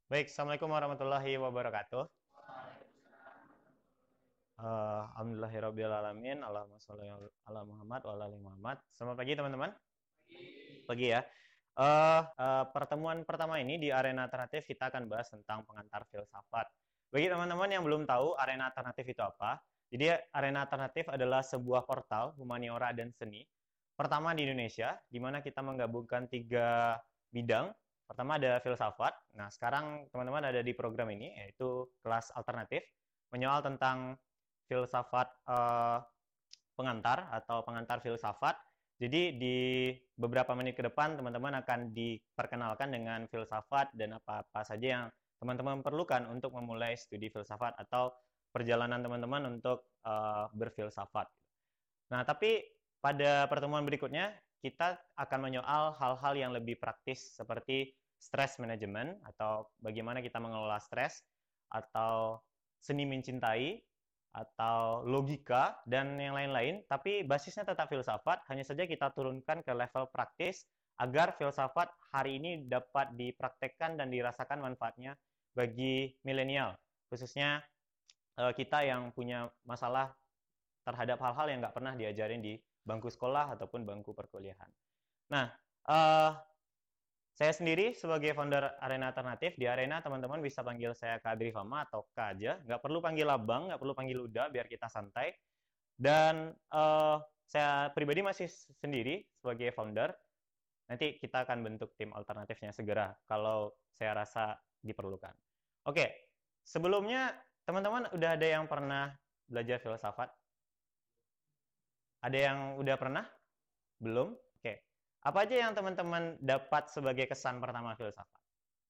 Baik, Assalamualaikum warahmatullahi wabarakatuh. Alhamdulillahirrabbilalamin. Allahumma sholli ala Muhammad wa ala ali Muhammad. Selamat pagi, teman-teman. Pagi ya. Pertemuan pertama ini di arena alternatif kita akan bahas tentang pengantar filsafat. Bagi teman-teman yang belum tahu arena alternatif itu apa, jadi arena alternatif adalah sebuah portal humaniora dan seni pertama di Indonesia, di mana kita menggabungkan tiga bidang. Pertama ada filsafat. Nah, sekarang teman-teman ada di program ini, yaitu kelas alternatif, menyoal tentang filsafat pengantar atau pengantar filsafat. Jadi di beberapa menit ke depan teman-teman akan diperkenalkan dengan filsafat dan apa-apa saja yang teman-teman perlukan untuk memulai studi filsafat atau perjalanan teman-teman untuk berfilsafat. Nah, tapi pada pertemuan berikutnya kita akan menyoal hal-hal yang lebih praktis seperti stress management atau bagaimana kita mengelola stres atau seni mencintai atau logika dan yang lain-lain, tapi basisnya tetap filsafat, hanya saja kita turunkan ke level praktis agar filsafat hari ini dapat dipraktekkan dan dirasakan manfaatnya bagi milenial, khususnya kita yang punya masalah terhadap hal-hal yang nggak pernah diajarin di bangku sekolah ataupun bangku perkuliahan. Nah, saya sendiri sebagai founder Arena Alternatif, di Arena teman-teman bisa panggil saya Kak Adri Fama atau Kak aja. Nggak perlu panggil abang, nggak perlu panggil uda, biar kita santai. Dan saya pribadi masih sendiri sebagai founder. Nanti kita akan bentuk tim alternatifnya segera kalau saya rasa diperlukan. Oke, sebelumnya teman-teman udah ada yang pernah belajar filsafat? Ada yang udah pernah? Belum? Oke. Apa aja yang teman-teman dapat sebagai kesan pertama filsafat?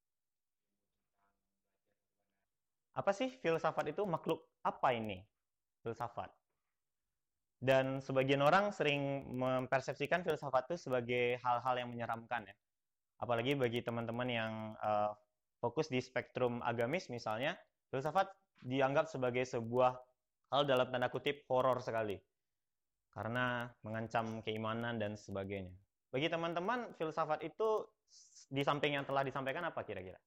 Apa sih filsafat itu? Makhluk apa ini? Filsafat. Dan sebagian orang sering mempersepsikan filsafat itu sebagai hal-hal yang menyeramkan ya. Apalagi bagi teman-teman yang fokus di spektrum agamis misalnya, filsafat dianggap sebagai sebuah hal dalam tanda kutip horor sekali. Karena mengancam keimanan dan sebagainya. Bagi teman-teman, filsafat itu di samping yang telah disampaikan apa kira-kira?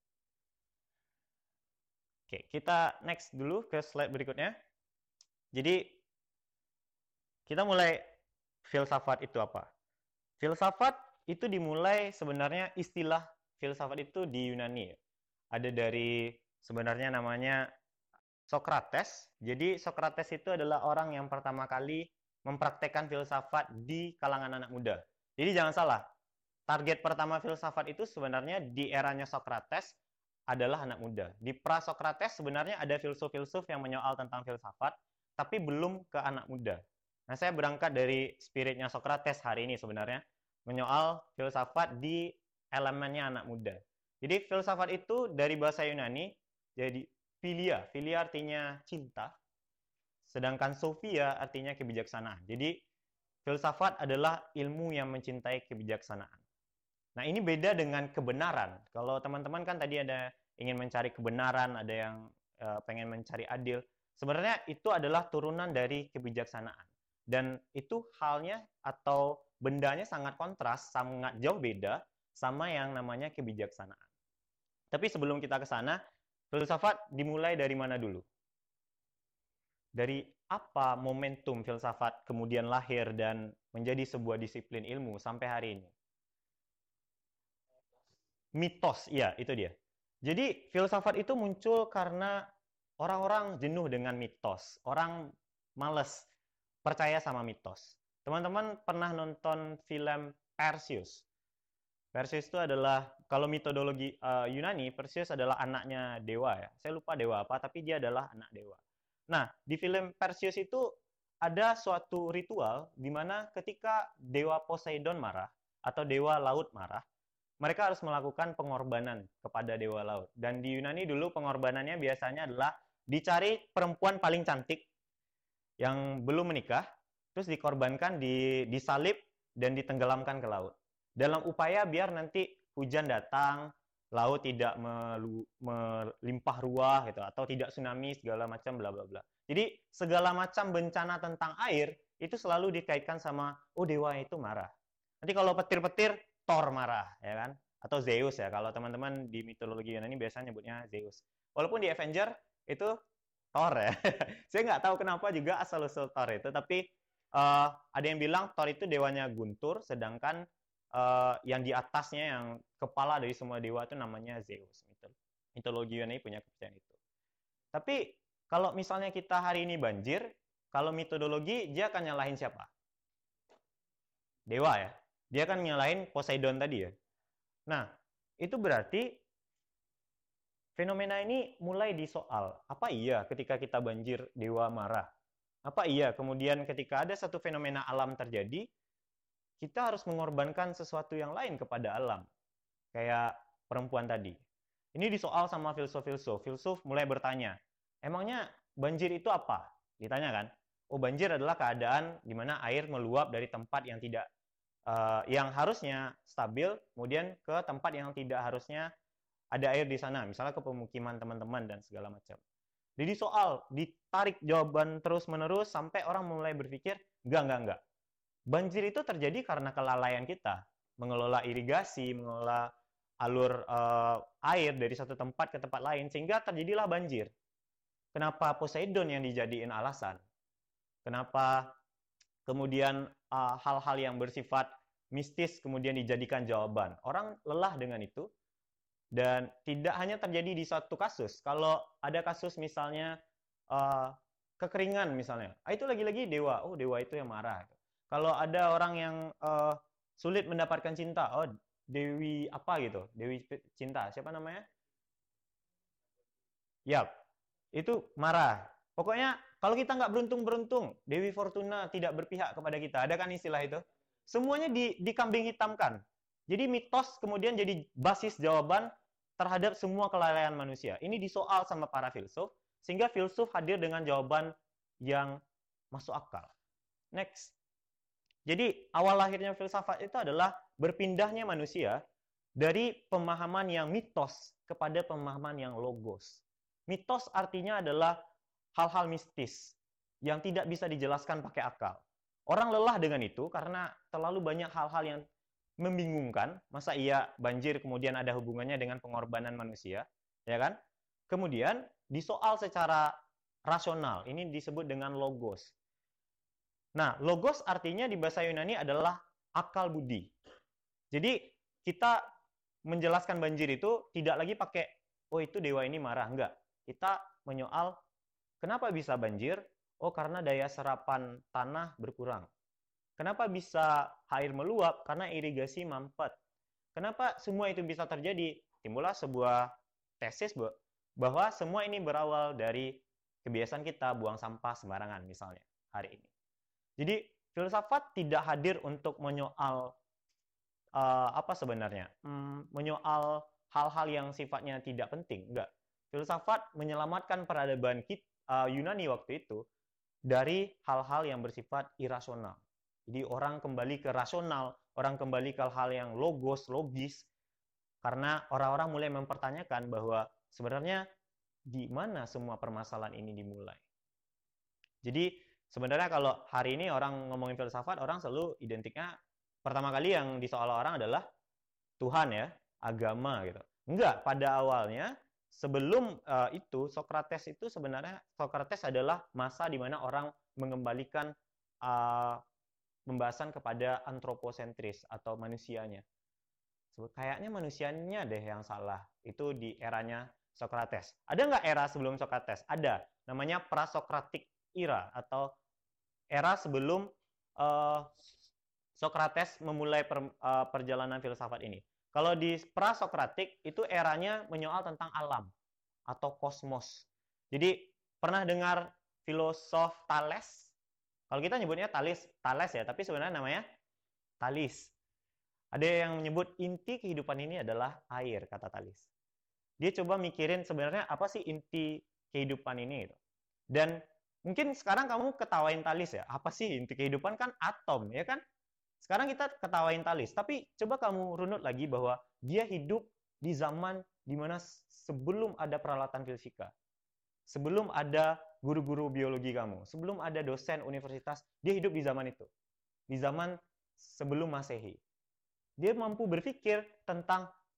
Oke, kita next dulu ke slide berikutnya. Jadi, kita mulai filsafat itu apa? Filsafat itu dimulai sebenarnya istilah filsafat itu di Yunani. Ada dari sebenarnya namanya Socrates. Jadi Socrates itu adalah orang yang pertama kali mempraktekkan filsafat di kalangan anak muda. Jadi jangan salah, target pertama filsafat itu sebenarnya di eranya Socrates adalah anak muda. Di pra-Socrates sebenarnya ada filsuf-filsuf yang menyoal tentang filsafat, tapi belum ke anak muda. Nah, saya berangkat dari spiritnya Socrates hari ini sebenarnya, menyoal filsafat di elemennya anak muda. Jadi filsafat itu dari bahasa Yunani, jadi philia. Philia artinya cinta, sedangkan sophia artinya kebijaksanaan. Jadi filsafat adalah ilmu yang mencintai kebijaksanaan. Nah, ini beda dengan kebenaran. Kalau teman-teman kan tadi ada ingin mencari kebenaran, ada yang pengen mencari adil. Sebenarnya itu adalah turunan dari kebijaksanaan. Dan itu halnya atau bendanya sangat kontras, sangat jauh beda sama yang namanya kebijaksanaan. Tapi sebelum kita ke sana, filsafat dimulai dari mana dulu? Dari apa momentum filsafat kemudian lahir dan menjadi sebuah disiplin ilmu sampai hari ini? Mitos, iya itu dia. Jadi filsafat itu muncul karena orang-orang jenuh dengan mitos. Orang males percaya sama mitos. Teman-teman pernah nonton film Perseus? Perseus itu adalah, kalau metodologi Yunani, Perseus adalah anaknya dewa ya. Saya lupa dewa apa, tapi dia adalah anak dewa. Nah, di film Perseus itu ada suatu ritual di mana ketika dewa Poseidon marah atau dewa laut marah, mereka harus melakukan pengorbanan kepada dewa laut. Dan di Yunani dulu pengorbanannya biasanya adalah dicari perempuan paling cantik yang belum menikah, terus dikorbankan, disalib, dan ditenggelamkan ke laut. Dalam upaya biar nanti hujan datang, laut tidak melimpah ruah gitu, atau tidak tsunami segala macam bla bla bla. Jadi segala macam bencana tentang air itu selalu dikaitkan sama oh dewa itu marah. Nanti kalau petir-petir Thor marah, ya kan? atau Zeus ya. Kalau teman-teman di mitologi Yunani biasanya nyebutnya Zeus. Walaupun di Avenger itu Thor ya. Saya nggak tahu kenapa juga asal-usul Thor itu, tapi ada yang bilang Thor itu dewanya guntur, sedangkan yang di atasnya, yang kepala dari semua dewa itu namanya Zeus. Mitologi Yunani punya kepercayaan itu. Tapi kalau misalnya kita hari ini banjir, kalau metodologi dia akan nyalahin siapa? Dewa ya. Dia akan nyalahin Poseidon tadi ya. Nah, itu berarti fenomena ini mulai disoal. Apa iya ketika kita banjir dewa marah? Apa iya kemudian ketika ada satu fenomena alam terjadi, kita harus mengorbankan sesuatu yang lain kepada alam? Kayak perempuan tadi. Ini disoal sama filsuf-filsuf. Filsuf mulai bertanya, emangnya banjir itu apa? Ditanya kan? Oh, banjir adalah keadaan di mana air meluap dari tempat yang tidak yang harusnya stabil, kemudian ke tempat yang tidak harusnya ada air di sana, misalnya ke pemukiman teman-teman dan segala macam. Jadi soal ditarik jawaban terus-menerus sampai orang mulai berpikir, enggak. Banjir itu terjadi karena kelalaian kita mengelola irigasi, mengelola alur air dari satu tempat ke tempat lain, sehingga terjadilah banjir. Kenapa Poseidon yang dijadiin alasan? Kenapa kemudian hal-hal yang bersifat mistis kemudian dijadikan jawaban? Orang lelah dengan itu, dan tidak hanya terjadi di satu kasus. Kalau ada kasus misalnya kekeringan misalnya, itu lagi-lagi dewa. Oh, dewa itu yang marah. Kalau ada orang yang sulit mendapatkan cinta, oh dewi apa gitu, dewi cinta, siapa namanya? Yap, itu marah. Pokoknya kalau kita nggak beruntung, Dewi Fortuna tidak berpihak kepada kita. Ada kan istilah itu? Semuanya dikambing hitamkan. Jadi mitos kemudian jadi basis jawaban terhadap semua kelalaian manusia. Ini disoal sama para filsuf, sehingga filsuf hadir dengan jawaban yang masuk akal. Next. Jadi awal lahirnya filsafat itu adalah berpindahnya manusia dari pemahaman yang mitos kepada pemahaman yang logos. Mitos artinya adalah hal-hal mistis yang tidak bisa dijelaskan pakai akal. Orang lelah dengan itu karena terlalu banyak hal-hal yang membingungkan. Masa iya banjir kemudian ada hubungannya dengan pengorbanan manusia, ya kan? Kemudian disoal secara rasional. Ini disebut dengan logos. Nah, logos artinya di bahasa Yunani adalah akal budi. Jadi kita menjelaskan banjir itu tidak lagi pakai, oh itu dewa ini marah. Enggak. Kita menyoal kenapa bisa banjir? Oh, karena daya serapan tanah berkurang. Kenapa bisa air meluap? Karena irigasi mampet. Kenapa semua itu bisa terjadi? Timbullah sebuah tesis bahwa semua ini berawal dari kebiasaan kita buang sampah sembarangan misalnya hari ini. Jadi filsafat tidak hadir untuk menyoal apa sebenarnya? Menyoal hal-hal yang sifatnya tidak penting. Enggak. Filsafat menyelamatkan peradaban Yunani waktu itu dari hal-hal yang bersifat irasional. Jadi orang kembali ke rasional, orang kembali ke hal-hal yang logos, logis, karena orang-orang mulai mempertanyakan bahwa sebenarnya di mana semua permasalahan ini dimulai. Jadi sebenarnya kalau hari ini orang ngomongin filsafat, orang selalu identiknya pertama kali yang disoal orang adalah Tuhan ya, agama gitu. Enggak, pada awalnya sebelum itu Socrates itu sebenarnya Socrates adalah masa di mana orang mengembalikan pembahasan kepada antroposentris atau manusianya. Kayaknya manusianya deh yang salah. Itu di eranya Socrates. Ada nggak era sebelum Socrates? Ada. Namanya Prasokratik era atau era sebelum Socrates memulai perjalanan filsafat ini. Kalau di Prasokratik itu eranya menyoal tentang alam atau kosmos. Jadi pernah dengar filosof Thales? Kalau kita nyebutnya Thales ya, tapi sebenarnya namanya Thales. Ada yang menyebut inti kehidupan ini adalah air, kata Thales. Dia coba mikirin sebenarnya apa sih inti kehidupan ini gitu. Dan mungkin sekarang kamu ketawain Thales ya, apa sih inti kehidupan? Kan atom, ya kan? Sekarang kita ketawain Thales, tapi coba kamu runut lagi bahwa dia hidup di zaman di mana sebelum ada peralatan fisika, sebelum ada guru-guru biologi kamu, sebelum ada dosen universitas, dia hidup di zaman itu, di zaman sebelum Masehi. Dia mampu berpikir tentang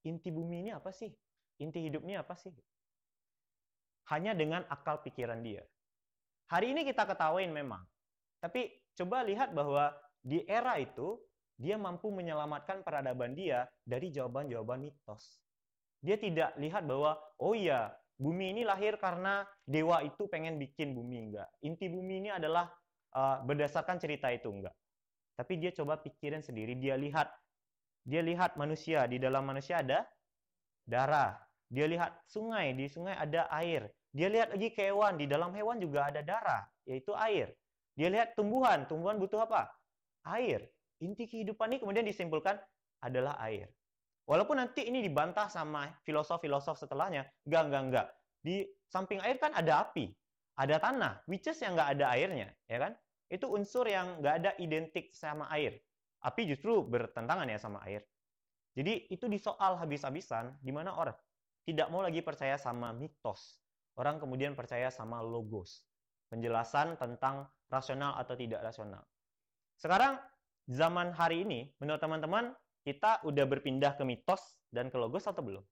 inti bumi ini apa sih? Inti hidupnya apa sih? Hanya dengan akal pikiran dia. Hari ini kita ketawain memang. Tapi coba lihat bahwa di era itu, dia mampu menyelamatkan peradaban dia dari jawaban-jawaban mitos. Dia tidak lihat bahwa, oh iya, bumi ini lahir karena dewa itu pengen bikin bumi. Enggak. Inti bumi ini adalah berdasarkan cerita itu. Enggak. Tapi dia coba pikirin sendiri, dia lihat manusia, di dalam manusia ada darah. Dia lihat sungai, di sungai ada air. Dia lihat lagi ke hewan, di dalam hewan juga ada darah, yaitu air. Dia lihat tumbuhan, tumbuhan butuh apa? Air. Inti kehidupan ini kemudian disimpulkan adalah air. Walaupun nanti ini dibantah sama filosof-filosof setelahnya, enggak. Di samping air kan ada api, ada tanah, which is yang nggak ada airnya, ya kan? Itu unsur yang nggak ada identik sama air. Api justru bertentangan ya sama air. Jadi itu disoal habis-habisan, di mana orang tidak mau lagi percaya sama mitos. Orang kemudian percaya sama logos. Penjelasan tentang rasional atau tidak rasional. Sekarang, zaman hari ini, menurut teman-teman, kita udah berpindah ke mitos dan ke logos atau belum?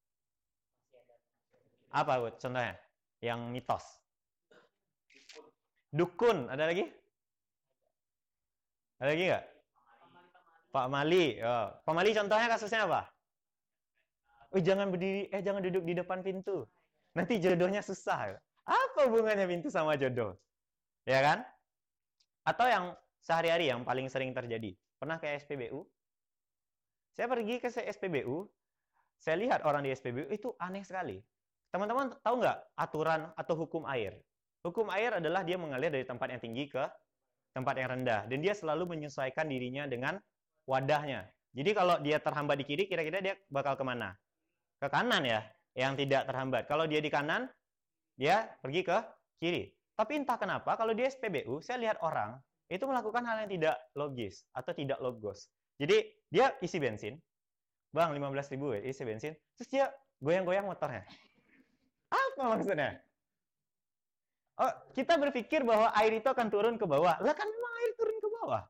Apa contohnya? Yang mitos. Dukun, ada lagi? Ada lagi nggak? Pak Mali. Oh. Pak Mali contohnya kasusnya apa? Jangan duduk di depan pintu. Nanti jodohnya susah. Apa hubungannya pintu sama jodoh? Ya kan? Atau yang sehari-hari yang paling sering terjadi. Pernah ke SPBU? Saya pergi ke SPBU, saya lihat orang di SPBU itu aneh sekali. Teman-teman tahu nggak aturan atau hukum air? Hukum air adalah dia mengalir dari tempat yang tinggi ke tempat yang rendah. Dan dia selalu menyesuaikan dirinya dengan wadahnya. Jadi kalau dia terhambat di kiri, kira-kira dia bakal kemana? Ke kanan ya, yang tidak terhambat. Kalau dia di kanan, dia pergi ke kiri. Tapi entah kenapa, kalau di SPBU, saya lihat orang itu melakukan hal yang tidak logis atau tidak logos. Jadi dia isi bensin, bang 15.000 ya, isi bensin, terus dia goyang-goyang motornya. Apa maksudnya? Oh, kita berpikir bahwa air itu akan turun ke bawah. Lah kan memang air turun ke bawah.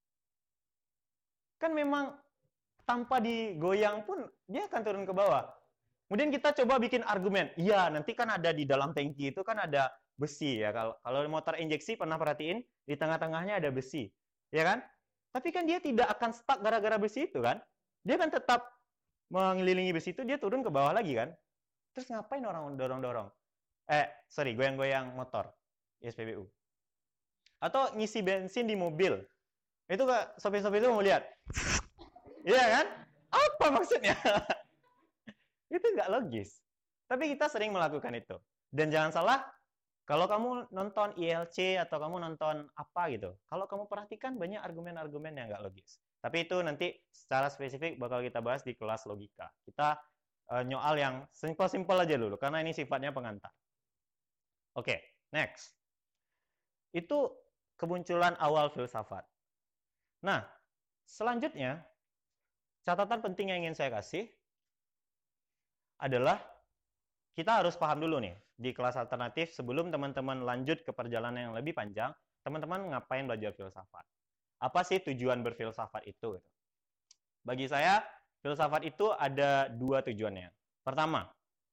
Kan memang tanpa digoyang pun dia akan turun ke bawah. Kemudian kita coba bikin argumen. Iya, nanti kan ada di dalam tangki itu kan ada besi ya. Kalau motor injeksi pernah perhatiin di tengah-tengahnya ada besi. Ya kan? Tapi kan dia tidak akan stuck gara-gara besi itu kan? Dia kan tetap mengelilingi besi itu, dia turun ke bawah lagi kan? Terus ngapain orang dorong-dorong? Goyang-goyang motor SPBU. Atau ngisi bensin di mobil. Itu kok sopir-sopir itu mau lihat. Iya kan? Apa maksudnya? Itu nggak logis. Tapi kita sering melakukan itu. Dan jangan salah, kalau kamu nonton ILC atau kamu nonton apa gitu, kalau kamu perhatikan banyak argumen-argumen yang nggak logis. Tapi itu nanti secara spesifik bakal kita bahas di kelas logika. Kita nyoal yang simpel-simpel aja dulu, karena ini sifatnya pengantar. Oke, next. Itu kemunculan awal filsafat. Nah, selanjutnya, catatan penting yang ingin saya kasih adalah kita harus paham dulu nih, di kelas alternatif sebelum teman-teman lanjut ke perjalanan yang lebih panjang, teman-teman ngapain belajar filsafat? Apa sih tujuan berfilsafat itu? Bagi saya, filsafat itu ada dua tujuannya. Pertama,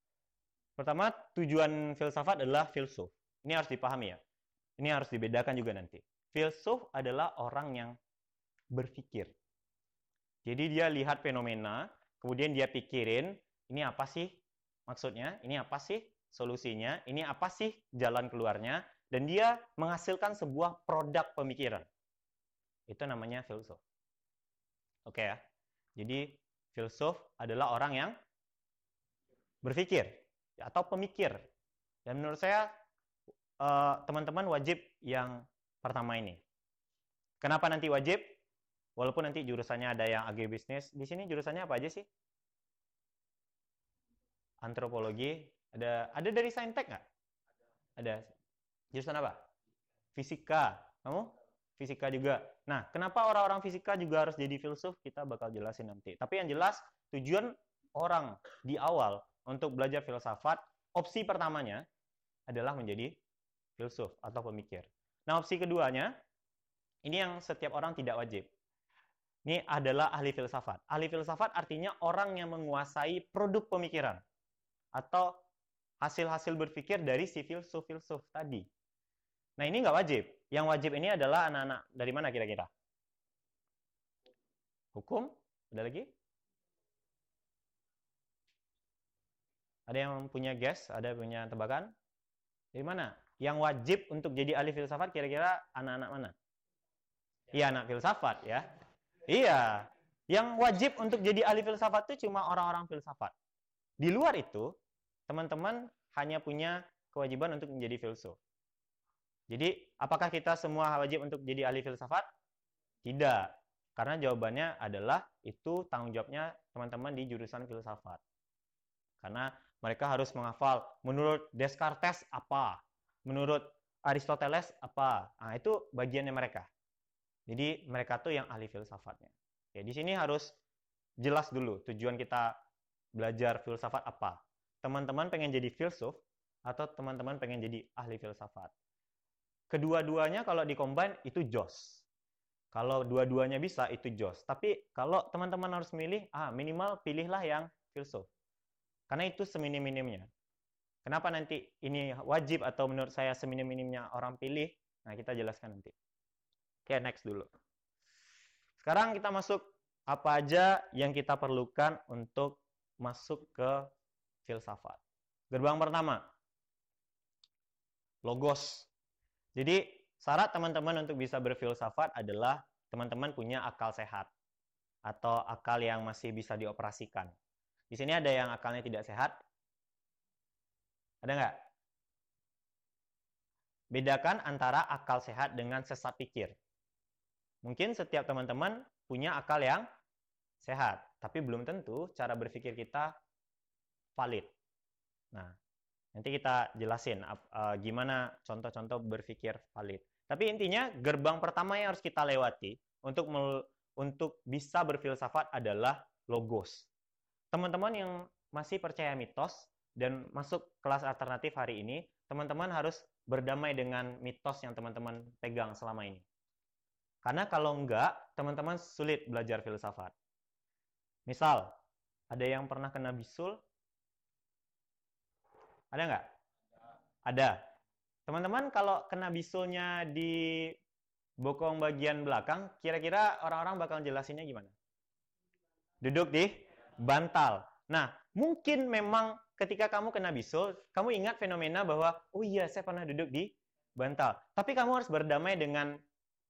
tujuan filsafat adalah filsuf. Ini harus dipahami ya. Ini harus dibedakan juga nanti. Filsuf adalah orang yang berpikir. Jadi dia lihat fenomena, kemudian dia pikirin, ini apa sih maksudnya, ini apa sih solusinya, ini apa sih jalan keluarnya, dan dia menghasilkan sebuah produk pemikiran. Itu namanya filsuf. Oke ya. Jadi filsuf adalah orang yang berpikir atau pemikir. Dan menurut saya teman-teman wajib yang pertama ini. Kenapa nanti wajib? Walaupun nanti jurusannya ada yang agribisnis. Di sini jurusannya apa aja sih? Antropologi. Ada dari Saintek nggak? Ada. Jurusan apa? Fisika. Kamu? Fisika juga. Nah, kenapa orang-orang fisika juga harus jadi filsuf? Kita bakal jelasin nanti. Tapi yang jelas, tujuan orang di awal untuk belajar filsafat, opsi pertamanya adalah menjadi filsuf atau pemikir. Nah, opsi keduanya, ini yang setiap orang tidak wajib. Ini adalah ahli filsafat. Ahli filsafat artinya orang yang menguasai produk pemikiran atau hasil-hasil berpikir dari si filsuf-filsuf tadi. Nah, ini nggak wajib. Yang wajib ini adalah anak-anak dari mana kira-kira? Hukum? Ada lagi? Ada yang punya guess? Ada yang punya tebakan? Dari mana? Yang wajib untuk jadi ahli filsafat kira-kira anak-anak mana? Iya, anak filsafat ya. Iya. Yang wajib untuk jadi ahli filsafat itu cuma orang-orang filsafat. Di luar itu, teman-teman hanya punya kewajiban untuk menjadi filsuf. Jadi, apakah kita semua wajib untuk jadi ahli filsafat? Tidak. Karena jawabannya adalah itu tanggung jawabnya teman-teman di jurusan filsafat. Karena mereka harus menghafal menurut Descartes apa, menurut Aristoteles apa. Nah, itu bagiannya mereka. Jadi mereka tuh yang ahli filsafatnya. Ya, di sini harus jelas dulu tujuan kita belajar filsafat apa. Teman-teman pengen jadi filsuf atau teman-teman pengen jadi ahli filsafat. Kedua-duanya kalau dikombin itu jos. Kalau dua-duanya bisa itu jos. Tapi kalau teman-teman harus milih, minimal pilihlah yang filsuf. Karena itu seminim-minimnya. Kenapa nanti ini wajib atau menurut saya seminim-minimnya orang pilih? Nah, kita jelaskan nanti. Oke, next dulu. Sekarang kita masuk apa aja yang kita perlukan untuk masuk ke filsafat. Gerbang pertama, logos. Jadi, syarat teman-teman untuk bisa berfilsafat adalah teman-teman punya akal sehat atau akal yang masih bisa dioperasikan. Di sini ada yang akalnya tidak sehat? Ada nggak? Bedakan antara akal sehat dengan sesat pikir. Mungkin setiap teman-teman punya akal yang sehat, tapi belum tentu cara berpikir kita valid. Nah, nanti kita jelasin gimana contoh-contoh berpikir valid. Tapi intinya gerbang pertama yang harus kita lewati untuk bisa berfilsafat adalah logos. Teman-teman yang masih percaya mitos dan masuk kelas alternatif hari ini, teman-teman harus berdamai dengan mitos yang teman-teman pegang selama ini. Karena kalau enggak, teman-teman sulit belajar filsafat. Misal, ada yang pernah kena bisul? Ada nggak? Ada. Teman-teman kalau kena bisulnya di bokong bagian belakang, kira-kira orang-orang bakal jelasinnya gimana? Duduk di bantal. Nah, mungkin memang ketika kamu kena bisul, kamu ingat fenomena bahwa, oh iya, saya pernah duduk di bantal. Tapi kamu harus berdamai dengan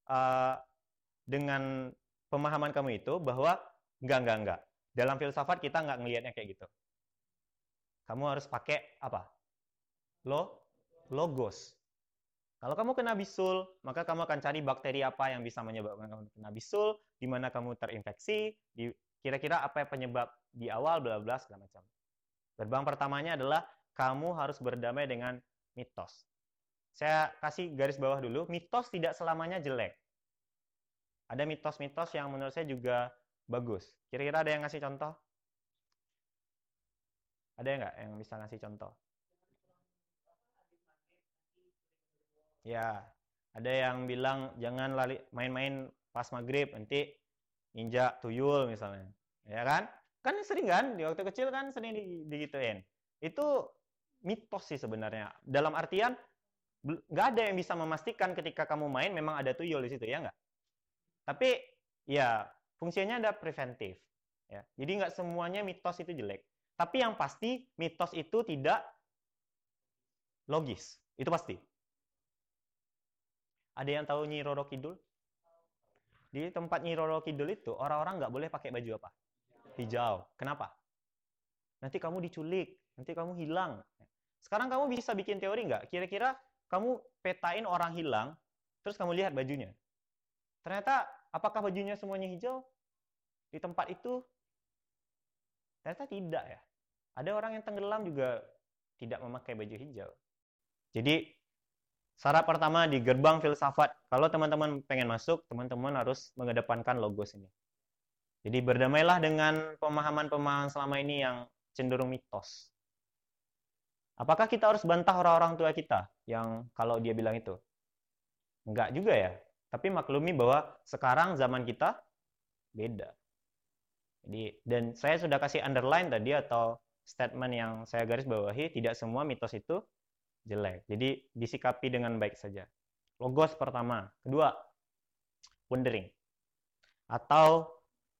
pemahaman kamu itu bahwa enggak. Dalam filsafat kita enggak ngelihatnya kayak gitu. Kamu harus pakai apa? Logos. Kalau kamu kena bisul, maka kamu akan cari bakteri apa yang bisa menyebabkan kamu kena bisul, di mana kamu terinfeksi, kira-kira apa yang penyebab di awal, bla bla segala macam. Gerbang pertamanya adalah kamu harus berdamai dengan mitos. Saya kasih garis bawah dulu, mitos tidak selamanya jelek. Ada mitos-mitos yang menurut saya juga bagus. Kira-kira ada yang ngasih contoh? Ada nggak yang bisa ngasih contoh? Ya, ada yang bilang jangan main-main pas maghrib, nanti injak tuyul misalnya. Ya kan? Kan sering kan? Di waktu kecil kan sering digituin. Itu mitos sih sebenarnya. Dalam artian, nggak ada yang bisa memastikan ketika kamu main memang ada tuyul di situ, ya nggak? Tapi ya fungsinya ada preventif. Ya. Jadi nggak semuanya mitos itu jelek. Tapi yang pasti mitos itu tidak logis. Itu pasti. Ada yang tahu Nyi Roro Kidul? Di tempat Nyi Roro Kidul itu orang-orang nggak boleh pakai baju apa? Hijau. Kenapa? Nanti kamu diculik, nanti kamu hilang. Sekarang kamu bisa bikin teori nggak? Kira-kira kamu petain orang hilang, terus kamu lihat bajunya. Ternyata apakah bajunya semuanya hijau di tempat itu? Ternyata tidak ya. Ada orang yang tenggelam juga tidak memakai baju hijau. Jadi syarat pertama di gerbang filsafat, kalau teman-teman pengen masuk, teman-teman harus mengedepankan logos ini. Jadi berdamailah dengan pemahaman-pemahaman selama ini yang cenderung mitos. Apakah kita harus bantah orang-orang tua kita yang kalau dia bilang itu? Enggak juga ya. Tapi maklumi bahwa sekarang zaman kita beda. Jadi, dan saya sudah kasih underline tadi atau statement yang saya garis bawahi, tidak semua mitos itu jelek. Jadi disikapi dengan baik saja. Logos pertama. Kedua, wondering. Atau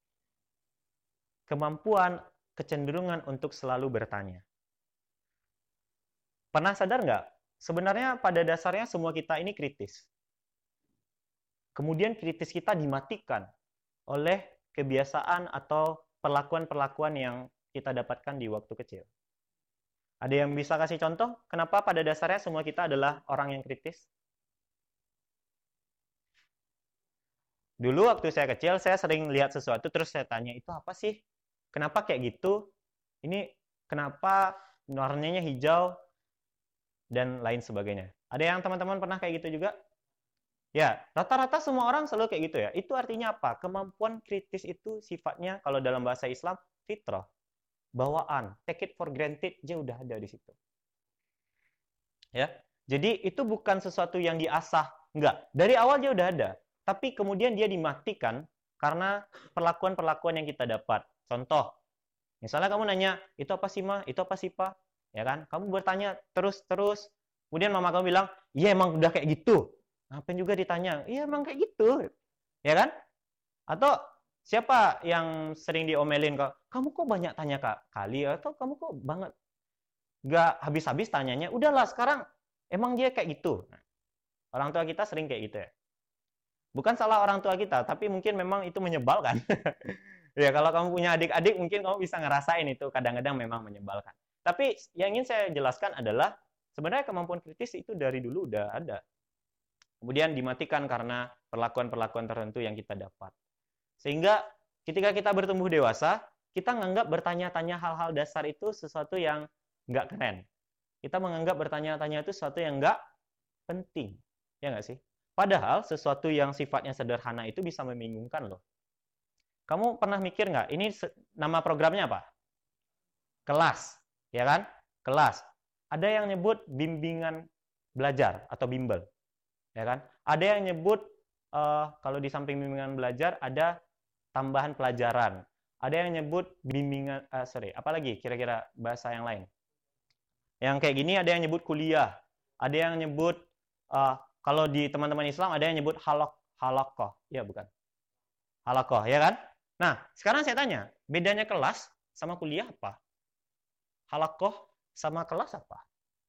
kemampuan, kecenderungan untuk selalu bertanya. Pernah sadar nggak? Sebenarnya pada dasarnya semua kita ini kritis. Kemudian kritis kita dimatikan oleh kebiasaan atau perlakuan-perlakuan yang kita dapatkan di waktu kecil. Ada yang bisa kasih contoh? Kenapa pada dasarnya semua kita adalah orang yang kritis? Dulu waktu saya kecil, saya sering lihat sesuatu, terus saya tanya, itu apa sih? Kenapa kayak gitu? Ini kenapa warnanya hijau? Dan lain sebagainya. Ada yang teman-teman pernah kayak gitu juga? Ya, rata-rata semua orang selalu kayak gitu ya. Itu artinya apa? Kemampuan kritis itu sifatnya, kalau dalam bahasa Islam, fitrah. Bawaan. Take it for granted, dia udah ada di situ. Ya, jadi itu bukan sesuatu yang diasah. Enggak. Dari awal dia udah ada. Tapi kemudian dia dimatikan karena perlakuan-perlakuan yang kita dapat. Contoh, misalnya kamu nanya, itu apa sih Ma? Itu apa sih Pa? Ya kan? Kamu bertanya terus-terus. Kemudian mama kamu bilang, iya emang udah kayak gitu. Ngapain juga ditanya? Iya emang kayak gitu. Ya kan? Atau siapa yang sering diomelin kok? Kamu kok banyak tanya kali? Atau kamu kok banget nggak habis-habis tanyanya? Udahlah sekarang emang dia kayak gitu. Orang tua kita sering kayak gitu ya. Bukan salah orang tua kita, tapi mungkin memang itu menyebalkan. Ya, kalau kamu punya adik-adik, mungkin kamu bisa ngerasain itu kadang-kadang memang menyebalkan. Tapi yang ingin saya jelaskan adalah sebenarnya kemampuan kritis itu dari dulu udah ada. Kemudian dimatikan karena perlakuan-perlakuan tertentu yang kita dapat. Sehingga ketika kita bertumbuh dewasa, kita menganggap bertanya-tanya hal-hal dasar itu sesuatu yang nggak keren. Kita menganggap bertanya-tanya itu sesuatu yang nggak penting. Ya nggak sih? Padahal sesuatu yang sifatnya sederhana itu bisa membingungkan loh. Kamu pernah mikir nggak? Ini nama programnya apa? Kelas, ya kan? Kelas. Ada yang nyebut bimbingan belajar atau bimbel, ya kan? Ada yang nyebut kalau di samping bimbingan belajar ada tambahan pelajaran. Ada yang nyebut bimbingan, apalagi kira-kira bahasa yang lain? Yang kayak gini ada yang nyebut kuliah, ada yang nyebut kalau di teman-teman Islam ada yang nyebut halakoh, ya bukan? Halakoh, ya kan? Nah, sekarang saya tanya, bedanya kelas sama kuliah apa? Halakoh sama kelas apa?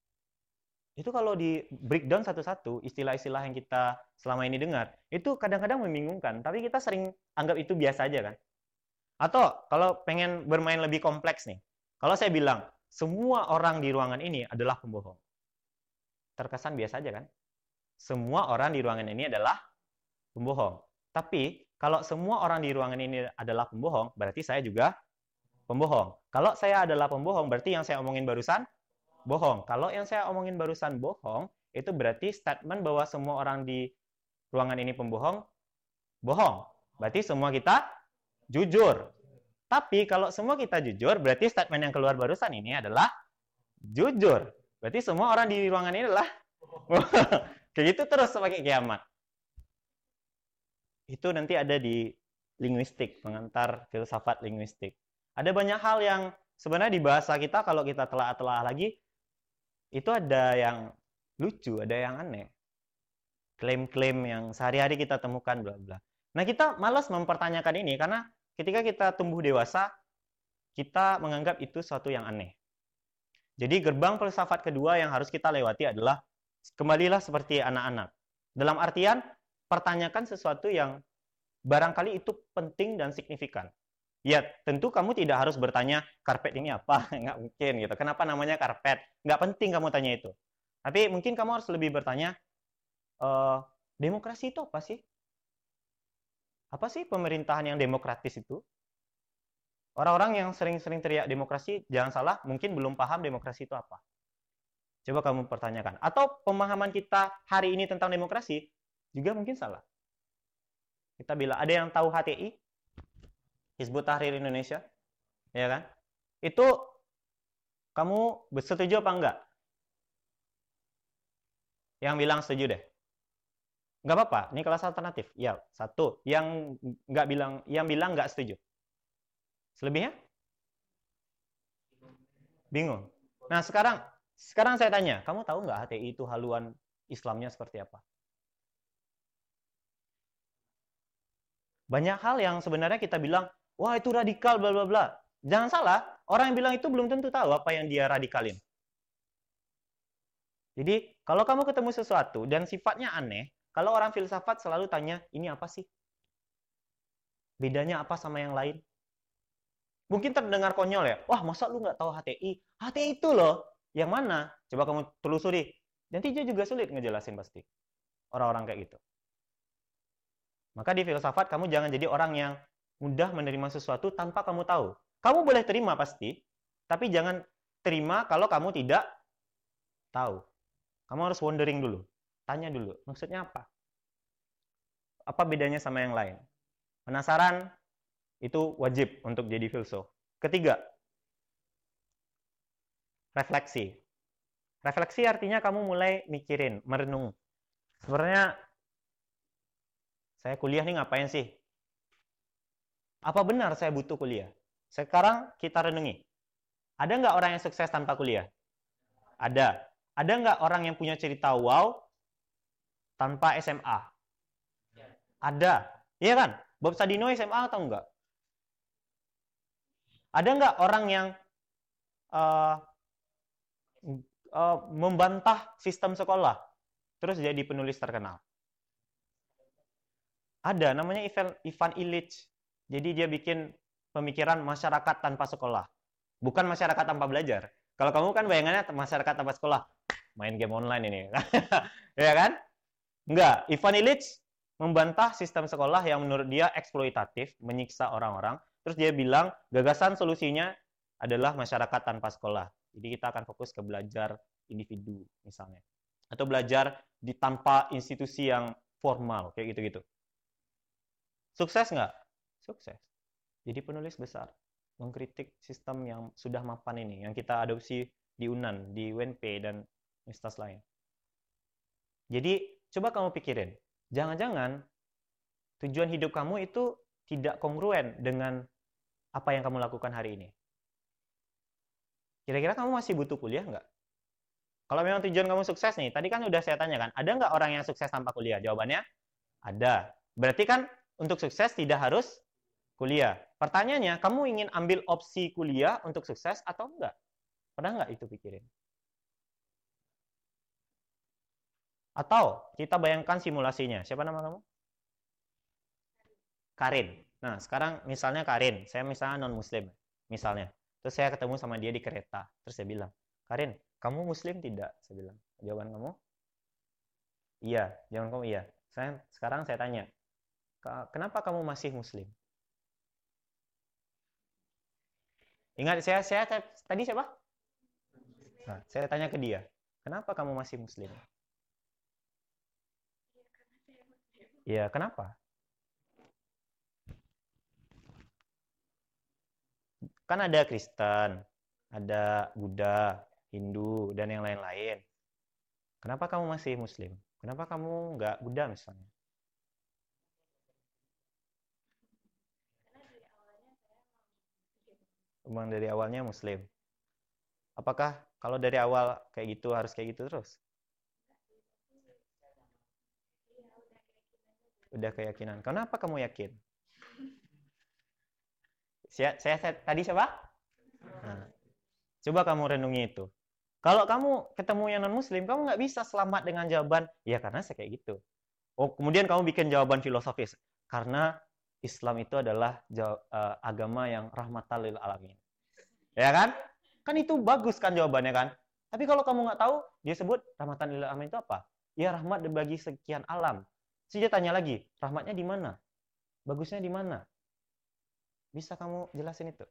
Itu kalau di breakdown satu-satu, istilah-istilah yang kita selama ini dengar, itu kadang-kadang membingungkan, tapi kita sering anggap itu biasa aja kan? Atau kalau pengen bermain lebih kompleks nih, kalau saya bilang, semua orang di ruangan ini adalah pembohong. Terkesan biasa aja kan? Semua orang di ruangan ini adalah pembohong. Tapi kalau semua orang di ruangan ini adalah pembohong, berarti saya juga pembohong. Kalau saya adalah pembohong, berarti yang saya omongin barusan bohong. Kalau yang saya omongin barusan bohong, itu berarti statement bahwa semua orang di ruangan ini pembohong, bohong. Berarti semua kita jujur. Tapi kalau semua kita jujur, berarti statement yang keluar barusan ini adalah jujur. Berarti semua orang di ruangan ini adalah kayak gitu terus sebagai kiamat. Itu nanti ada di linguistik, pengantar filsafat linguistik. Ada banyak hal yang sebenarnya di bahasa kita kalau kita telah lagi, itu ada yang lucu, ada yang aneh. Klaim-klaim yang sehari-hari kita temukan, bla bla. Nah, kita malas mempertanyakan ini karena ketika kita tumbuh dewasa, kita menganggap itu suatu yang aneh. Jadi gerbang filsafat kedua yang harus kita lewati adalah kembalilah seperti anak-anak. Dalam artian, pertanyakan sesuatu yang barangkali itu penting dan signifikan. Ya, tentu kamu tidak harus bertanya, karpet ini apa? Nggak mungkin gitu. Kenapa namanya karpet? Nggak penting kamu tanya itu. Tapi mungkin kamu harus lebih bertanya, demokrasi itu apa sih? Apa sih pemerintahan yang demokratis itu? Orang-orang yang sering-sering teriak demokrasi, jangan salah, mungkin belum paham demokrasi itu apa. Coba kamu pertanyakan. Atau pemahaman kita hari ini tentang demokrasi, juga mungkin salah. Kita bilang, ada yang tahu HTI? Hizbut Tahrir Indonesia? Ya kan? Itu kamu setuju apa enggak? Yang bilang setuju deh. Nggak apa-apa, ini kelas alternatif. Ya, satu. Yang bilang nggak setuju. Selebihnya? Bingung. Nah, sekarang saya tanya, kamu tahu nggak HTI itu haluan Islamnya seperti apa? Banyak hal yang sebenarnya kita bilang, wah itu radikal, bla bla bla. Jangan salah, orang yang bilang itu belum tentu tahu apa yang dia radikalin. Jadi, kalau kamu ketemu sesuatu dan sifatnya aneh, kalau orang filsafat selalu tanya, ini apa sih? Bedanya apa sama yang lain? Mungkin terdengar konyol ya, wah masa lu nggak tahu HTI? HTI itu loh, yang mana? Coba kamu telusuri. Nanti dia juga sulit ngejelasin pasti. Orang-orang kayak gitu. Maka di filsafat kamu jangan jadi orang yang mudah menerima sesuatu tanpa kamu tahu. Kamu boleh terima pasti, tapi jangan terima kalau kamu tidak tahu. Kamu harus wondering dulu. Tanya dulu, maksudnya apa? Apa bedanya sama yang lain? Penasaran? Itu wajib untuk jadi filsuf. Ketiga, refleksi. Refleksi artinya kamu mulai mikirin, merenung. Sebenarnya saya kuliah nih ngapain sih? Apa benar saya butuh kuliah? Sekarang kita renungi. Ada nggak orang yang sukses tanpa kuliah? Ada. Ada nggak orang yang punya cerita wow tanpa SMA? Ada. Iya kan? Bob Sadino SMA atau enggak? Ada nggak orang yang uh, membantah sistem sekolah terus jadi penulis terkenal? Ada, namanya Ivan Illich. Jadi dia bikin pemikiran masyarakat tanpa sekolah. Bukan masyarakat tanpa belajar. Kalau kamu kan bayangannya masyarakat tanpa sekolah. Main game online ini. Ya kan? Enggak. Ivan Illich membantah sistem sekolah yang menurut dia eksploitatif, menyiksa orang-orang. Terus dia bilang, gagasan solusinya adalah masyarakat tanpa sekolah. Jadi kita akan fokus ke belajar individu misalnya. Atau belajar tanpa institusi yang formal, kayak gitu-gitu. Sukses nggak? Sukses. Jadi penulis besar. Mengkritik sistem yang sudah mapan ini, yang kita adopsi di UNAN, di UNP, dan universitas lain. Jadi, coba kamu pikirin. Jangan-jangan tujuan hidup kamu itu tidak kongruen dengan apa yang kamu lakukan hari ini. Kira-kira kamu masih butuh kuliah nggak? Kalau memang tujuan kamu sukses nih, tadi kan udah saya tanyakan, ada nggak orang yang sukses tanpa kuliah? Jawabannya, ada. Berarti kan untuk sukses tidak harus kuliah. Pertanyaannya, kamu ingin ambil opsi kuliah untuk sukses atau enggak? Pernah nggak itu pikirin? Atau kita bayangkan simulasinya. Siapa nama kamu? Karin. Nah, sekarang misalnya Karin, saya misalnya non-muslim, misalnya. Terus saya ketemu sama dia di kereta. Terus saya bilang, Karin, kamu muslim tidak? Saya bilang. Jawaban kamu? Iya. Jawaban kamu iya. Sekarang saya tanya, kenapa kamu masih muslim? Ingat, saya tadi siapa? Nah, saya tanya ke dia, kenapa kamu masih muslim? Iya, kenapa? Kan ada Kristen, ada Buddha, Hindu, dan yang lain-lain. Kenapa kamu masih muslim? Kenapa kamu nggak Buddha misalnya? Emang dari awalnya muslim. Apakah kalau dari awal kayak gitu harus kayak gitu terus? Udah keyakinan. Kenapa kamu yakin? Saya tadi siapa? Nah, coba kamu renungi itu. Kalau kamu ketemu yang non-muslim, kamu nggak bisa selamat dengan jawaban, ya karena saya kayak gitu. Oh, kemudian kamu bikin jawaban filosofis. Karena Islam itu adalah agama yang rahmatan lil alamin. Ya kan? Kan itu bagus kan jawabannya kan? Tapi kalau kamu nggak tahu, dia sebut rahmatan lil alamin itu apa? Ya rahmat bagi sekian alam. Terus dia tanya lagi, rahmatnya di mana? Bagusnya di mana? Bisa kamu jelasin itu?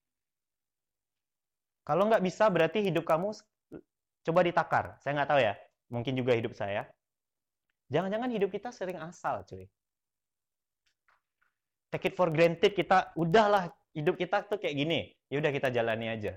Kalau nggak bisa, berarti hidup kamu coba ditakar. Saya nggak tahu ya. Mungkin juga hidup saya. Jangan-jangan hidup kita sering asal, cuy. Take it for granted, kita udahlah hidup kita tuh kayak gini. Ya udah kita jalani aja.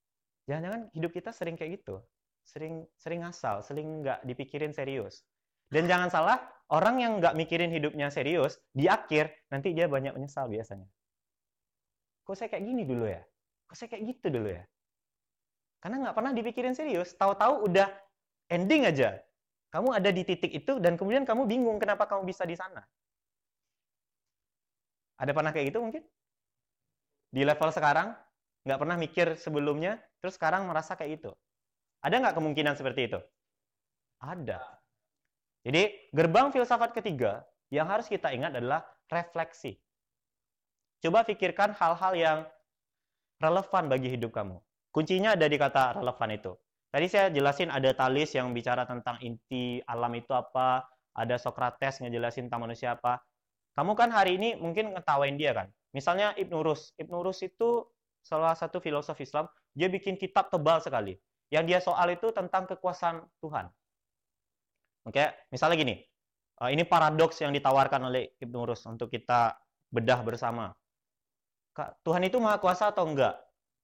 Jangan-jangan hidup kita sering kayak gitu. Sering asal, sering nggak dipikirin serius. Dan jangan salah, orang yang nggak mikirin hidupnya serius, di akhir, nanti dia banyak menyesal biasanya. Kok saya kayak gini dulu ya? Kok saya kayak gitu dulu ya? Karena nggak pernah dipikirin serius. Tahu-tahu udah ending aja. Kamu ada di titik itu, dan kemudian kamu bingung kenapa kamu bisa di sana. Ada pernah kayak gitu mungkin? Di level sekarang, nggak pernah mikir sebelumnya, terus sekarang merasa kayak gitu. Ada nggak kemungkinan seperti itu? Ada. Jadi, gerbang filsafat ketiga yang harus kita ingat adalah refleksi. Coba pikirkan hal-hal yang relevan bagi hidup kamu. Kuncinya ada di kata relevan itu. Tadi saya jelasin ada Thales yang bicara tentang inti alam itu apa, ada Socrates ngejelasin tentang manusia apa. Kamu kan hari ini mungkin ngetawain dia kan. Misalnya Ibnu Rus. Ibnu Rus itu salah satu filosof Islam, dia bikin kitab tebal sekali. Yang dia soal itu tentang kekuasaan Tuhan. Oke, misalnya gini. Ini paradoks yang ditawarkan oleh Ibnu Rus untuk kita bedah bersama. Tuhan itu maha kuasa atau enggak?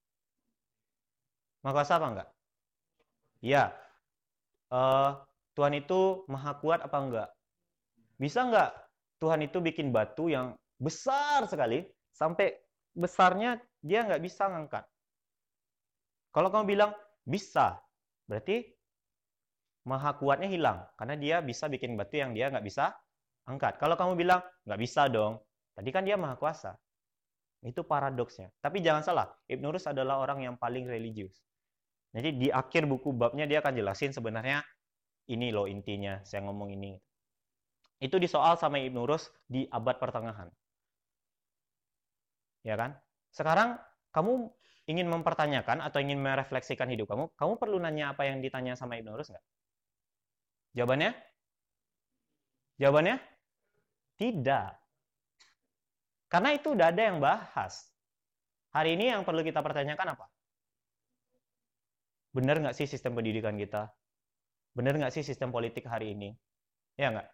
Maha kuasa apa enggak? Iya. Tuhan itu maha kuat apa enggak? Bisa enggak Tuhan itu bikin batu yang besar sekali, sampai besarnya dia nggak bisa ngangkat? Kalau kamu bilang bisa, berarti maha kuatnya hilang, karena dia bisa bikin batu yang dia nggak bisa angkat. Kalau kamu bilang nggak bisa dong, tadi kan dia maha kuasa. Itu paradoksnya. Tapi jangan salah, Ibnu Rus adalah orang yang paling religius. Jadi di akhir buku babnya dia akan jelasin sebenarnya ini loh intinya, saya ngomong ini. Itu disoal sama Ibnu Rus di abad pertengahan. Ya kan? Sekarang kamu ingin mempertanyakan atau ingin merefleksikan hidup kamu perlu nanya apa yang ditanya sama Ibnu Rus nggak? Jawabannya? Jawabannya? Tidak. Karena itu udah ada yang bahas. Hari ini yang perlu kita pertanyakan apa? Benar nggak sih sistem pendidikan kita? Benar nggak sih sistem politik hari ini? Ya nggak?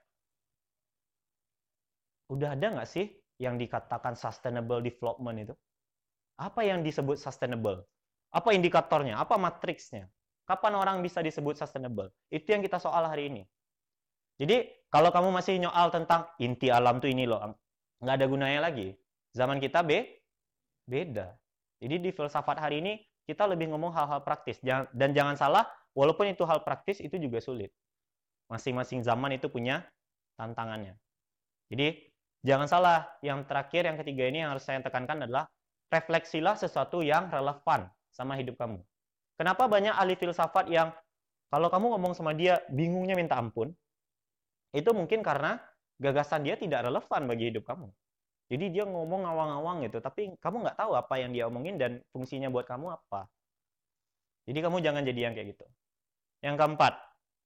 Udah ada nggak sih yang dikatakan sustainable development itu? Apa yang disebut sustainable? Apa indikatornya? Apa matriksnya? Kapan orang bisa disebut sustainable? Itu yang kita soal hari ini. Jadi, kalau kamu masih nyoal tentang inti alam tuh ini loh, nggak ada gunanya lagi. Zaman kita beda. Jadi di filsafat hari ini, kita lebih ngomong hal-hal praktis. Dan jangan salah, walaupun itu hal praktis, itu juga sulit. Masing-masing zaman itu punya tantangannya. Jadi, jangan salah, yang terakhir, yang ketiga ini yang harus saya tekankan adalah refleksilah sesuatu yang relevan sama hidup kamu. Kenapa banyak ahli filsafat yang kalau kamu ngomong sama dia bingungnya minta ampun, itu mungkin karena gagasan dia tidak relevan bagi hidup kamu. Jadi dia ngomong ngawang-ngawang gitu, tapi kamu nggak tahu apa yang dia omongin dan fungsinya buat kamu apa. Jadi kamu jangan jadi yang kayak gitu. Yang keempat,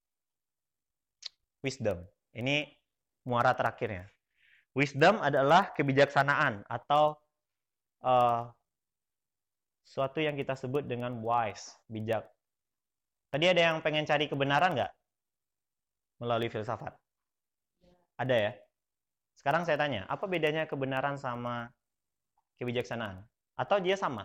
wisdom. Ini muara terakhirnya. Wisdom adalah kebijaksanaan atau suatu yang kita sebut dengan wise, bijak. Tadi ada yang pengen cari kebenaran nggak melalui filsafat? Ada ya? Sekarang saya tanya, apa bedanya kebenaran sama kebijaksanaan? Atau dia sama?